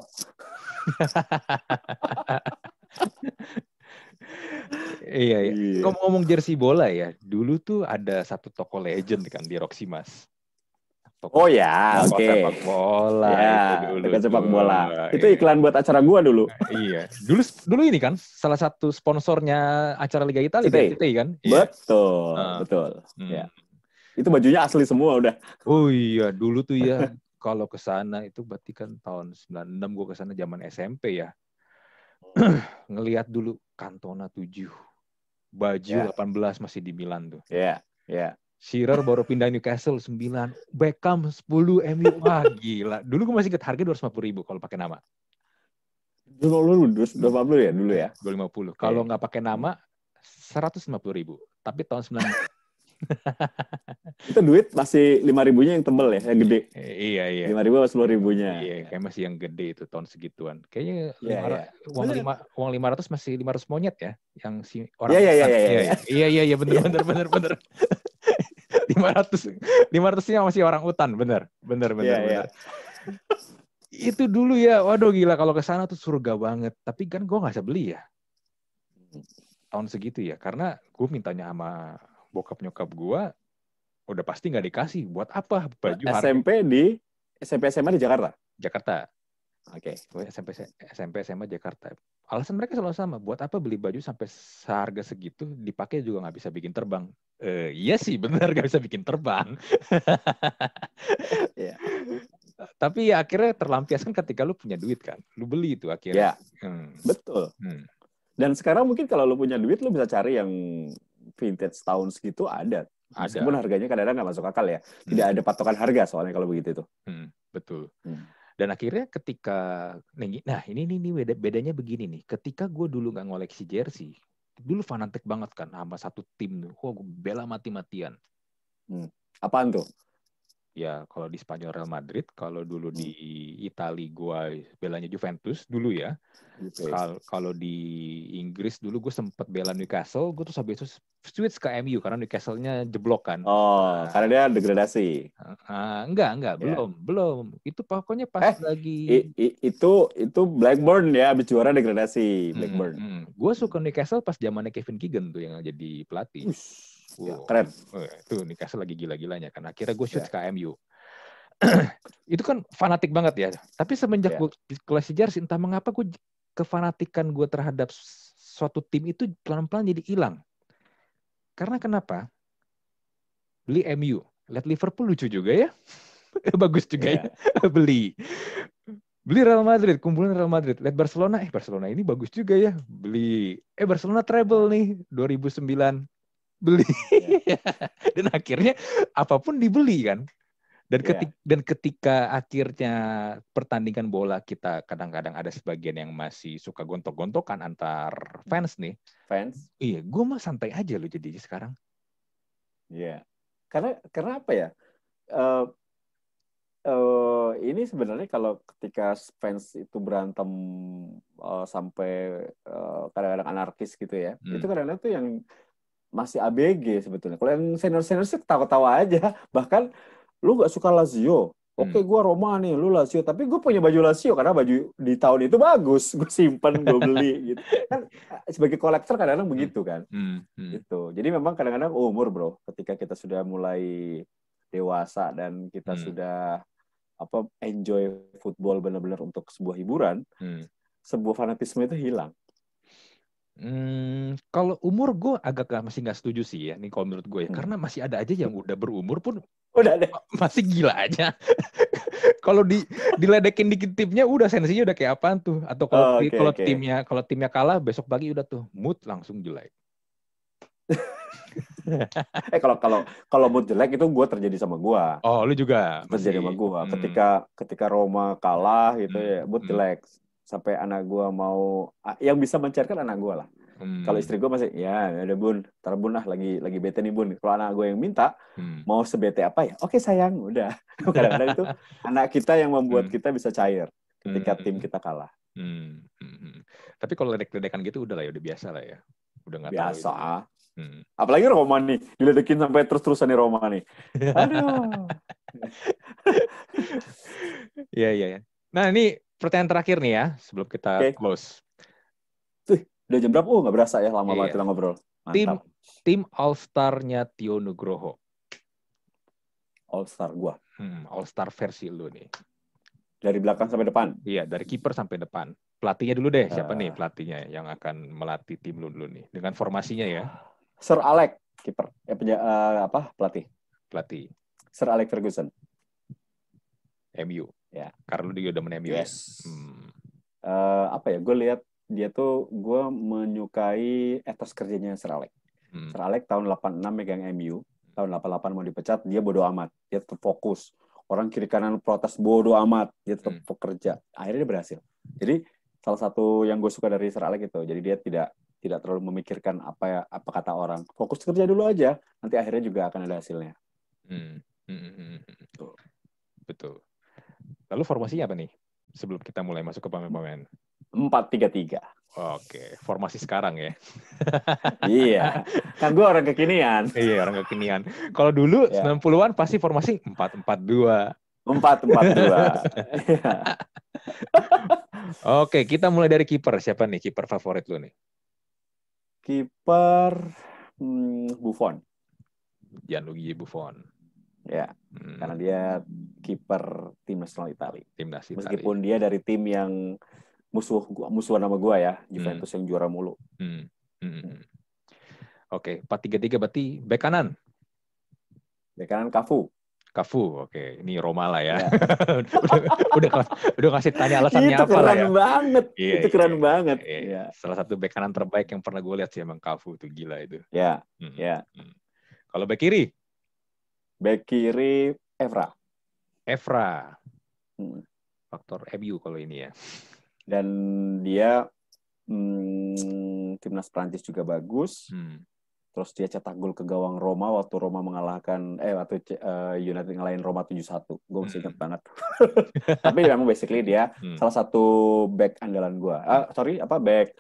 Iya. Ngomong jersey bola ya, dulu tuh ada satu toko legend kan di Roxy Mas. Toko sepak bola ya, itu dulu. Toko sepak bola. Itu iklan buat acara gua dulu. Iya. Dulu ini kan salah satu sponsornya acara Liga Italia CTI kan? Betul. Ya. Itu bajunya asli semua udah. Oh iya, dulu tuh ya kalau ke sana itu berarti kan tahun 96 gua ke sana zaman SMP ya. Ngelihat dulu Cantona 7. Baju 18 masih di Milan tuh. Iya. Shearer baru pindah Newcastle 9, Beckham 10 MU. Wah, gila. Dulu gue masih ingat harga 250.000 kalau pakai nama. 250 ya dulu ya? 250. Kalau nggak pakai nama, 150.000. Tapi tahun 90. Itu duit masih 5.000-nya yang tebel ya, yang gede. Iya. 5.000 atau 10.000-nya. Iya, kayak masih yang gede itu tahun segituan. Kayaknya uang 500 masih 500 monyet ya, yang si orang. Iya, bener. 500-nya masih orang utan, bener. Itu dulu ya, waduh gila, kalau ke sana tuh surga banget. Tapi kan gue nggak bisa beli ya tahun segitu ya, karena gue mintanya sama bokap nyokap gue, udah pasti nggak dikasih. Buat apa baju SMP SMA di Jakarta? Jakarta. Oke. SMP SMA Jakarta. Alasan mereka selalu sama. Buat apa beli baju sampai seharga segitu, dipakai juga nggak bisa bikin terbang. Iya sih, benar nggak bisa bikin terbang. Yeah. Tapi ya akhirnya terlampiaskan ketika lu punya duit kan. Lu beli itu akhirnya. Betul. Dan sekarang mungkin kalau lu punya duit, lu bisa cari yang vintage tahun segitu ada. Meskipun harganya kadang-kadang nggak masuk akal ya. Tidak ada patokan harga soalnya kalau begitu itu. Betul. Dan akhirnya ketika, nah ini bedanya begini nih. Ketika gue dulu nggak ngoleksi jersey, dulu fanatik banget kan sama satu tim. Gue bela mati-matian. Apaan tuh? Ya kalau di Spanyol Real Madrid, kalau dulu di Italia gue belanya Juventus dulu ya. Kalau di Inggris dulu gue sempet bela Newcastle, gue tuh habis itu switch ke MU karena Newcastle-nya jeblok kan. Karena dia degradasi. Enggak, belum. Itu pokoknya pas lagi itu Blackburn ya, habis juara degradasi Blackburn. Gue suka Newcastle pas zamannya Kevin Keegan tuh yang jadi pelatih. Keren. Tuh Newcastle lagi gila-gilanya kan. Akhirnya gue switch ke MU. Itu kan fanatik banget ya. Tapi semenjak gue koleksi jersey, entah mengapa gue kefanatikan gue terhadap suatu tim itu pelan-pelan jadi hilang. Karena kenapa? Beli MU. Lihat Liverpool lucu juga ya. Bagus juga ya. Beli Real Madrid, kumpulin Real Madrid. Lihat Barcelona, Barcelona ini bagus juga ya. Beli Barcelona treble nih 2009. Beli. Dan akhirnya apapun dibeli kan. Dan ketika akhirnya pertandingan bola kita kadang-kadang ada sebagian yang masih suka gontok-gontokan antar fans nih. Iya, gue mah santai aja loh jadi sekarang. Iya. Karena apa ya? Ini sebenarnya kalau ketika fans itu berantem sampai kadang-kadang anarkis gitu ya. Itu kadang-kadang tuh yang masih ABG sebetulnya. Kalau yang senior-senior sih ketawa-tawa aja. Bahkan lu gak suka Lazio. Oke, gue Roma nih, lu Lazio. Tapi gue punya baju Lazio karena baju di tahun itu bagus. Gue simpen, gue beli. Gitu. Kan sebagai kolektor kadang-kadang begitu kan. Gitu. Jadi memang kadang-kadang umur bro. Ketika kita sudah mulai dewasa dan kita sudah enjoy football benar-benar untuk sebuah hiburan, sebuah fanatisme itu hilang. Kalau umur gue masih nggak setuju sih ya, nih kalau menurut gue ya, karena masih ada aja yang udah berumur pun udah ada. Masih gila aja. Kalau diledekin dikit timnya udah sensinya udah kayak apaan tuh, atau kalau timnya kalah besok pagi udah tuh mood langsung jelek. Kalau mood jelek itu gue terjadi sama gue. Oh, lu juga terjadi sama gue. Ketika Roma kalah gitu ya, mood jelek. Sampai anak gue mau yang bisa mencairkan anak gue lah. Kalau istri gue masih ya ada bun, ntar bun lah lagi bete nih bun. Kalau anak gue yang minta mau sebete apa ya? Oke sayang, udah. Kadang-kadang itu anak kita yang membuat kita bisa cair ketika tim kita kalah. Tapi kalau ledek-ledekan gitu udah lah ya, udah biasa lah ya. Udah nggak biasa. Apalagi Roma nih, diledekin sampai terus-terusan nih Roma nih. Aduh. Iya. Nah ini pertanyaan terakhir nih ya, sebelum kita close. Udah jam berapa? Nggak berasa ya, lama banget kita ngobrol. Mantap. Tim All-Star-nya Tio Nugroho. All-Star gua. All-Star versi lu nih. Dari belakang sampai depan? Iya, dari kiper sampai depan. Pelatihnya dulu deh, siapa nih pelatihnya yang akan melatih tim lu dulu nih? Dengan formasinya ya. Sir Alex, kiper. Pelatih? Pelatih. Sir Alex Ferguson. MU. Ya. Karena lu juga demen MU. Yes. Gue lihat dia tuh, gue menyukai etos kerjanya Sir Alex. Sir Alex tahun 86 megang MU, tahun 88 mau dipecat, dia bodo amat, dia tetap fokus. Orang kiri kanan protes bodo amat, dia tetap bekerja. Akhirnya dia berhasil. Jadi salah satu yang gue suka dari Sir Alex itu. Jadi dia tidak terlalu memikirkan apa kata orang. Fokus kerja dulu aja, nanti akhirnya juga akan ada hasilnya. Betul. Lalu formasinya apa nih? Sebelum kita mulai masuk ke pemain-pemain. 4-3-3. Oke, formasi sekarang ya. Iya, kan gue orang kekinian. Iya, orang kekinian. Kalau dulu 90-an pasti formasi 4-4-2. 4-4-2. Oke, kita mulai dari kiper. Siapa nih kiper favorit lu nih? Kiper Buffon. Gianluigi Buffon. Ya, karena dia kiper tim nasional Italia. Timnas Italia. Meskipun dia dari tim yang musuhan sama gua ya, Juventus yang juara mulu. Oke, 4-3-3 berarti bek kanan. Bek kanan Cafu. Oke. Ini Roma lah ya. udah ngasih tanya alasannya itu apa lah ya. Banget. Iya, itu keren banget. Iya. Salah satu bek kanan terbaik yang pernah gue lihat sih emang Cafu tuh, gila itu. Ya. Kalau bek kiri? Bek kiri Evra. Faktor MU kalau ini ya. Dan dia timnas Prancis juga bagus. Terus dia cetak gol ke gawang Roma waktu Roma mengalahkan United ngalahin Roma 7-1. Gue masih ingat banget. Tapi memang basically dia salah satu back andalan gue. Back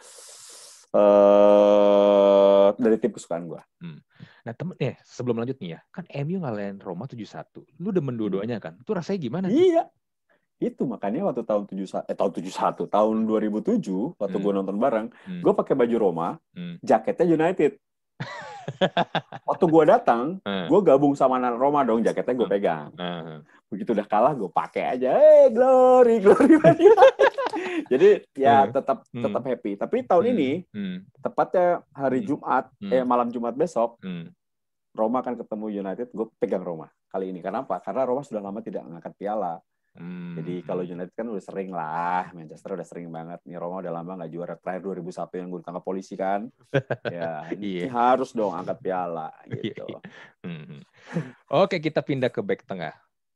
dari tim kesukaan gue. Nah, sebelum lanjut nih ya, kan MU ngalahin Roma 7-1. Lu demen dua-duanya kan? Itu rasanya gimana? Iya. Itu makanya waktu tahun 2007 waktu gue nonton bareng, gue pakai baju Roma, jaketnya United. Waktu gue datang, gue gabung sama anak Roma dong, jaketnya gue pegang. Begitu udah kalah, gue pakai aja, glory. Jadi ya tetap happy. Tapi tahun ini, tepatnya hari Jumat, malam Jumat besok, Roma akan ketemu United, gue pegang Roma kali ini. Kenapa? Karena Roma sudah lama tidak mengangkat piala. Jadi kalau United kan udah sering lah, Manchester udah sering banget. Nih Roma udah lama nggak juara, terakhir 2001 yang gue ditangkap polisi kan. Ya, ini harus dong angkat piala gitu. Oke, kita pindah ke back tengah.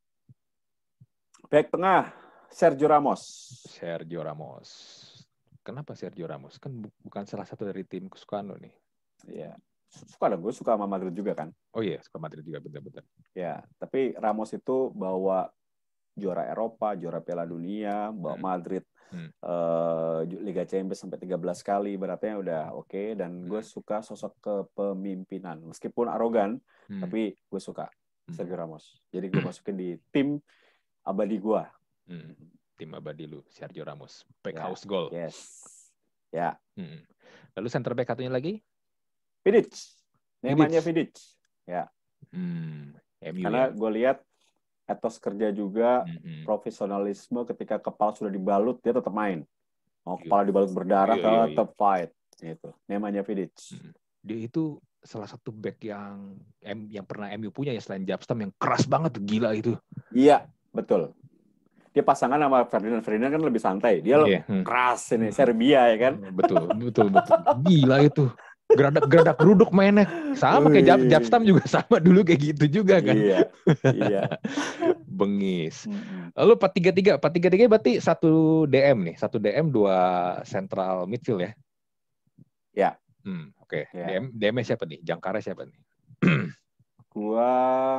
Back tengah Sergio Ramos. Kenapa Sergio Ramos? Kan bukan salah satu dari tim kesukaan lo nih. Iya. Gue suka sama Madrid juga kan. Oh iya, suka Madrid juga, betul-betul. Ya, tapi Ramos itu bawa juara Eropa, juara Piala Dunia, bawa Madrid Liga Champions sampai 13 kali, beratnya udah oke. Dan gue suka sosok kepemimpinan, meskipun arogan, tapi gue suka Sergio Ramos. Jadi gue masukin di tim abadi gue. Tim abadi lu, Sergio Ramos, back house goal. Yes. Ya. Lalu center back satunya lagi? Vidic. Namanya Vidic. Ya. Karena gue lihat etos kerja juga, profesionalisme, ketika kepala sudah dibalut, dia tetap main. Mau kepala dibalut berdarah, tetap fight. Gitu. Namanya Vidic. Dia itu salah satu back yang pernah MU punya ya, selain Jabstam, yang keras banget, gila itu. Iya, betul. Dia pasangan sama Ferdinand. Ferdinand kan lebih santai. Dia keras ini, Serbia ya kan. Betul. Gila itu. Geradak geruduk mainnya sama kayak Jabstam juga, sama dulu kayak gitu juga kan. Iya. Bengis. Lalu 4-3-3 berarti satu DM nih, 2 central midfield ya. Ya. Oke. DM-nya siapa nih? Jangkara siapa nih? Gua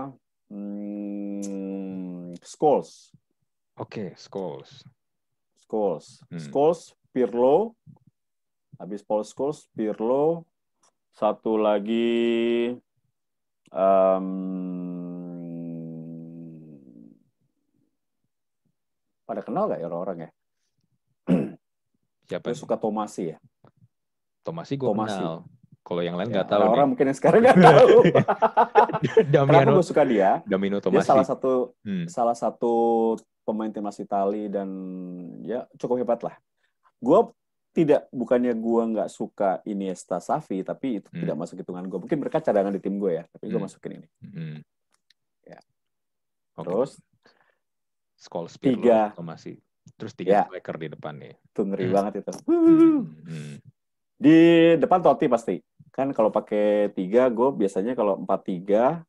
Scholes. Oke, Scholes, Pirlo. Habis Paul Scholes, Pirlo. Satu lagi pada kenal nggak ya orang-orang ya? Siapa? Gue suka Tomasi ya. Tomasi gue kenal. Kalau yang lain nggak tahu. Orang mungkin yang sekarang nggak tahu. Kenapa gue suka dia? Damiano Tomasi. Dia salah satu pemain timnas Italia dan ya cukup hebat lah. Bukannya gue nggak suka Iniesta, Xavi, tapi itu tidak masuk hitungan gue. Mungkin mereka cadangan di tim gue ya, tapi gue masukin ini. Ya. Terus Scholes, Pirlo, Tomasi. Terus 3 striker di depan nih. Itu ngeri banget itu. Di depan Totti pasti. Kan kalau pakai 3, gue biasanya kalau 4-3,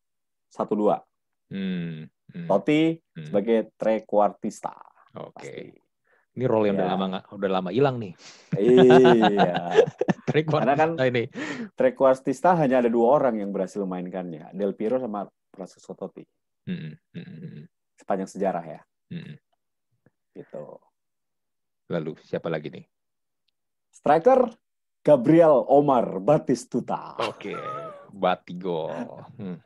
1-2. Totti sebagai trequartista. Oke. Ini role yang udah lama hilang nih. Iya. Karena kan trequartista hanya ada 2 orang yang berhasil memainkannya, Del Piero sama Francesco Totti. Sepanjang sejarah ya. Gitu. Lalu siapa lagi nih? Striker Gabriel Omar Batistuta. Oke, Batigol.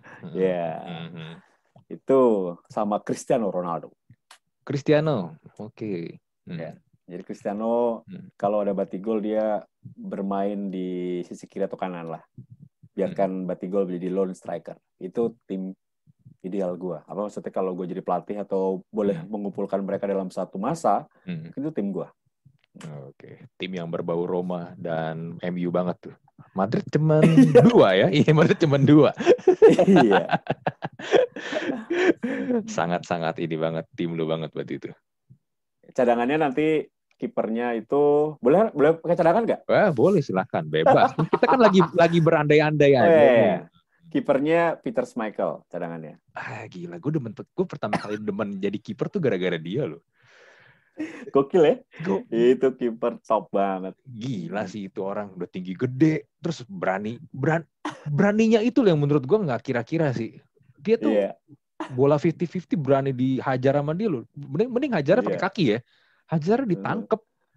Itu sama Cristiano Ronaldo. Cristiano, oke. Ya. Jadi Cristiano kalau ada Batigol dia bermain di sisi kiri atau kanan lah. Biarkan Batigol menjadi lone striker. Itu tim ideal gue. Apa maksudnya kalau gue jadi pelatih atau boleh mengumpulkan mereka dalam satu masa, itu tim gue. Oke, tim yang berbau Roma dan MU banget tuh. Madrid cuma 2 ya? Iya, Madrid cuma 2. Iya. Sangat-sangat ini banget, tim lu banget berarti itu. Cadangannya nanti kipernya itu boleh pakai cadangan nggak? Boleh, silakan, bebas. Kita kan lagi berandai-andai aja. Iya. Kipernya Peter Schmeichel cadangannya. Gila, gue pertama kali demen jadi kiper tuh gara-gara dia loh. Gokil ya? Itu kiper top banget. Gila sih itu orang, udah tinggi gede, terus beraninya itu yang menurut gue nggak kira-kira sih. Dia tuh bola 50-50 berani dihajar sama dia loh. Mending hajar pakai kaki ya. Hajar ditangkep.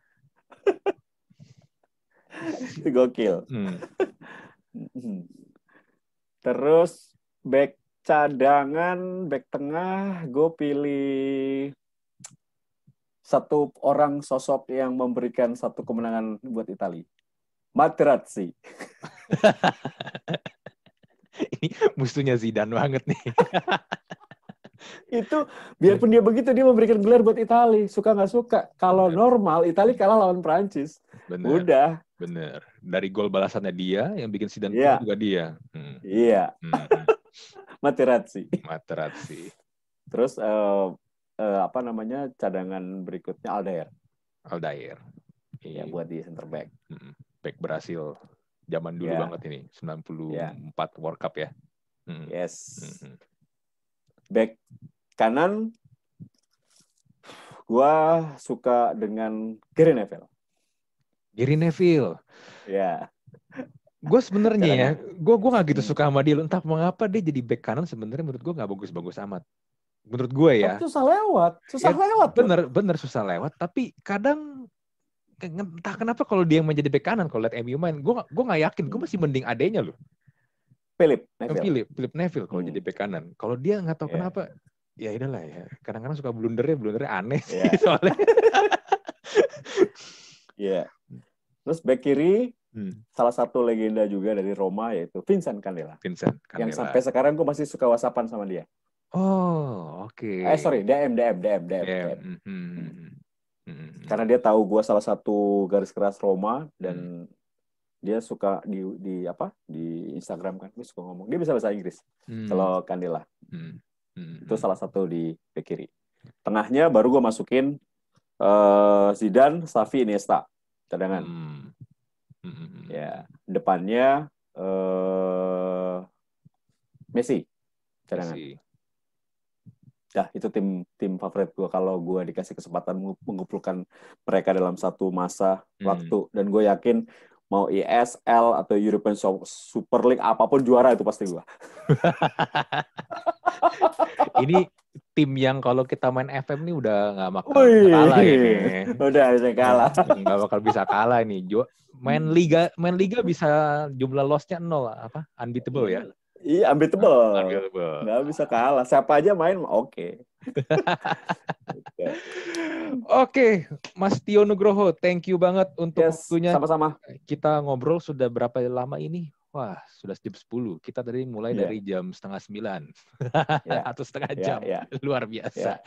Itu gokil. Terus back cadangan, back tengah, gue pilih satu orang sosok yang memberikan satu kemenangan buat Italia. Materazzi. Ini musuhnya Zidane banget nih. Itu biarpun dia begitu, dia memberikan gelar buat Italia. Suka nggak suka. Kalau normal, Italia kalah lawan Prancis. Udah. Bener. Dari gol balasannya dia, yang bikin Zidane juga dia. Iya. Materazzi. Terus cadangan berikutnya Aldair. Iya, buat di center back. Back Brasil zaman dulu banget ini, 94 World Cup ya. Yes. Back kanan gua suka dengan Gary Neville. Ya. Gue sebenarnya ya, gue nggak gitu suka sama dia. Entah mengapa dia jadi back kanan sebenarnya menurut gue nggak bagus-bagus amat. Menurut gue ya. Tapi susah lewat. Bener susah lewat. Tapi kadang entah kenapa kalau dia yang menjadi bek kanan, kalau lihat MU main, gue nggak yakin. Gue masih mending adanya loh. Philip Neville kalau jadi bek kanan. Kalau dia nggak tahu kenapa, ya udahlah ya. Kadang-kadang suka blundernya aneh sih soalnya. Iya. Terus bek kiri, salah satu legenda juga dari Roma yaitu Vincent Candela. Yang sampai sekarang gue masih suka WhatsAppan sama dia. Oh, oke. DM. Karena dia tahu gue salah satu garis keras Roma dan dia suka di Instagram kan, dia suka ngomong. Dia bisa bahasa Inggris. Kalau Candela. Itu salah satu di bek kiri. Tengahnya baru gue masukin Zidane, Xavi, Iniesta cadangan. Ya, depannya Messi cadangan. Nah, itu tim favorit gue kalau gue dikasih kesempatan mengumpulkan mereka dalam satu masa waktu. Dan gue yakin mau ESL atau European Super League apapun juara itu pasti gue. Ini tim yang kalau kita main FM nih udah nggak bakal kalah ini. Udah bisa kalah. Nggak bakal bisa kalah ini. Main liga bisa jumlah loss-nya 0 unbeatable ya. Iya, unbeatable. Nggak bisa kalah. Siapa aja main, oke. Oke, Mas Tio Nugroho, thank you banget untuk waktunya. Sama-sama. Kita ngobrol sudah berapa lama ini? Wah, sudah jam 10. Kita tadi mulai dari jam 8:30. Atau setengah jam. Luar biasa.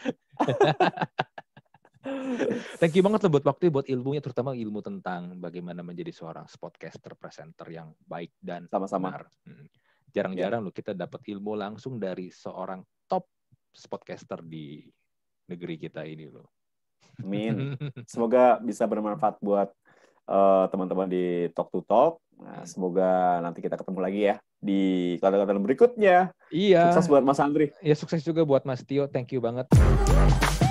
Thank you banget buat waktu, buat ilmunya, terutama ilmu tentang bagaimana menjadi seorang podcaster, presenter yang baik dan benar. Jarang-jarang loh kita dapat ilmu langsung dari seorang top podcaster di negeri kita ini loh. Amin. Semoga bisa bermanfaat buat teman-teman di Talk to Talk. Nah, semoga nanti kita ketemu lagi ya di konten-konten berikutnya. Iya. Sukses buat Mas Andri. Ya, sukses juga buat Mas Tio. Thank you banget.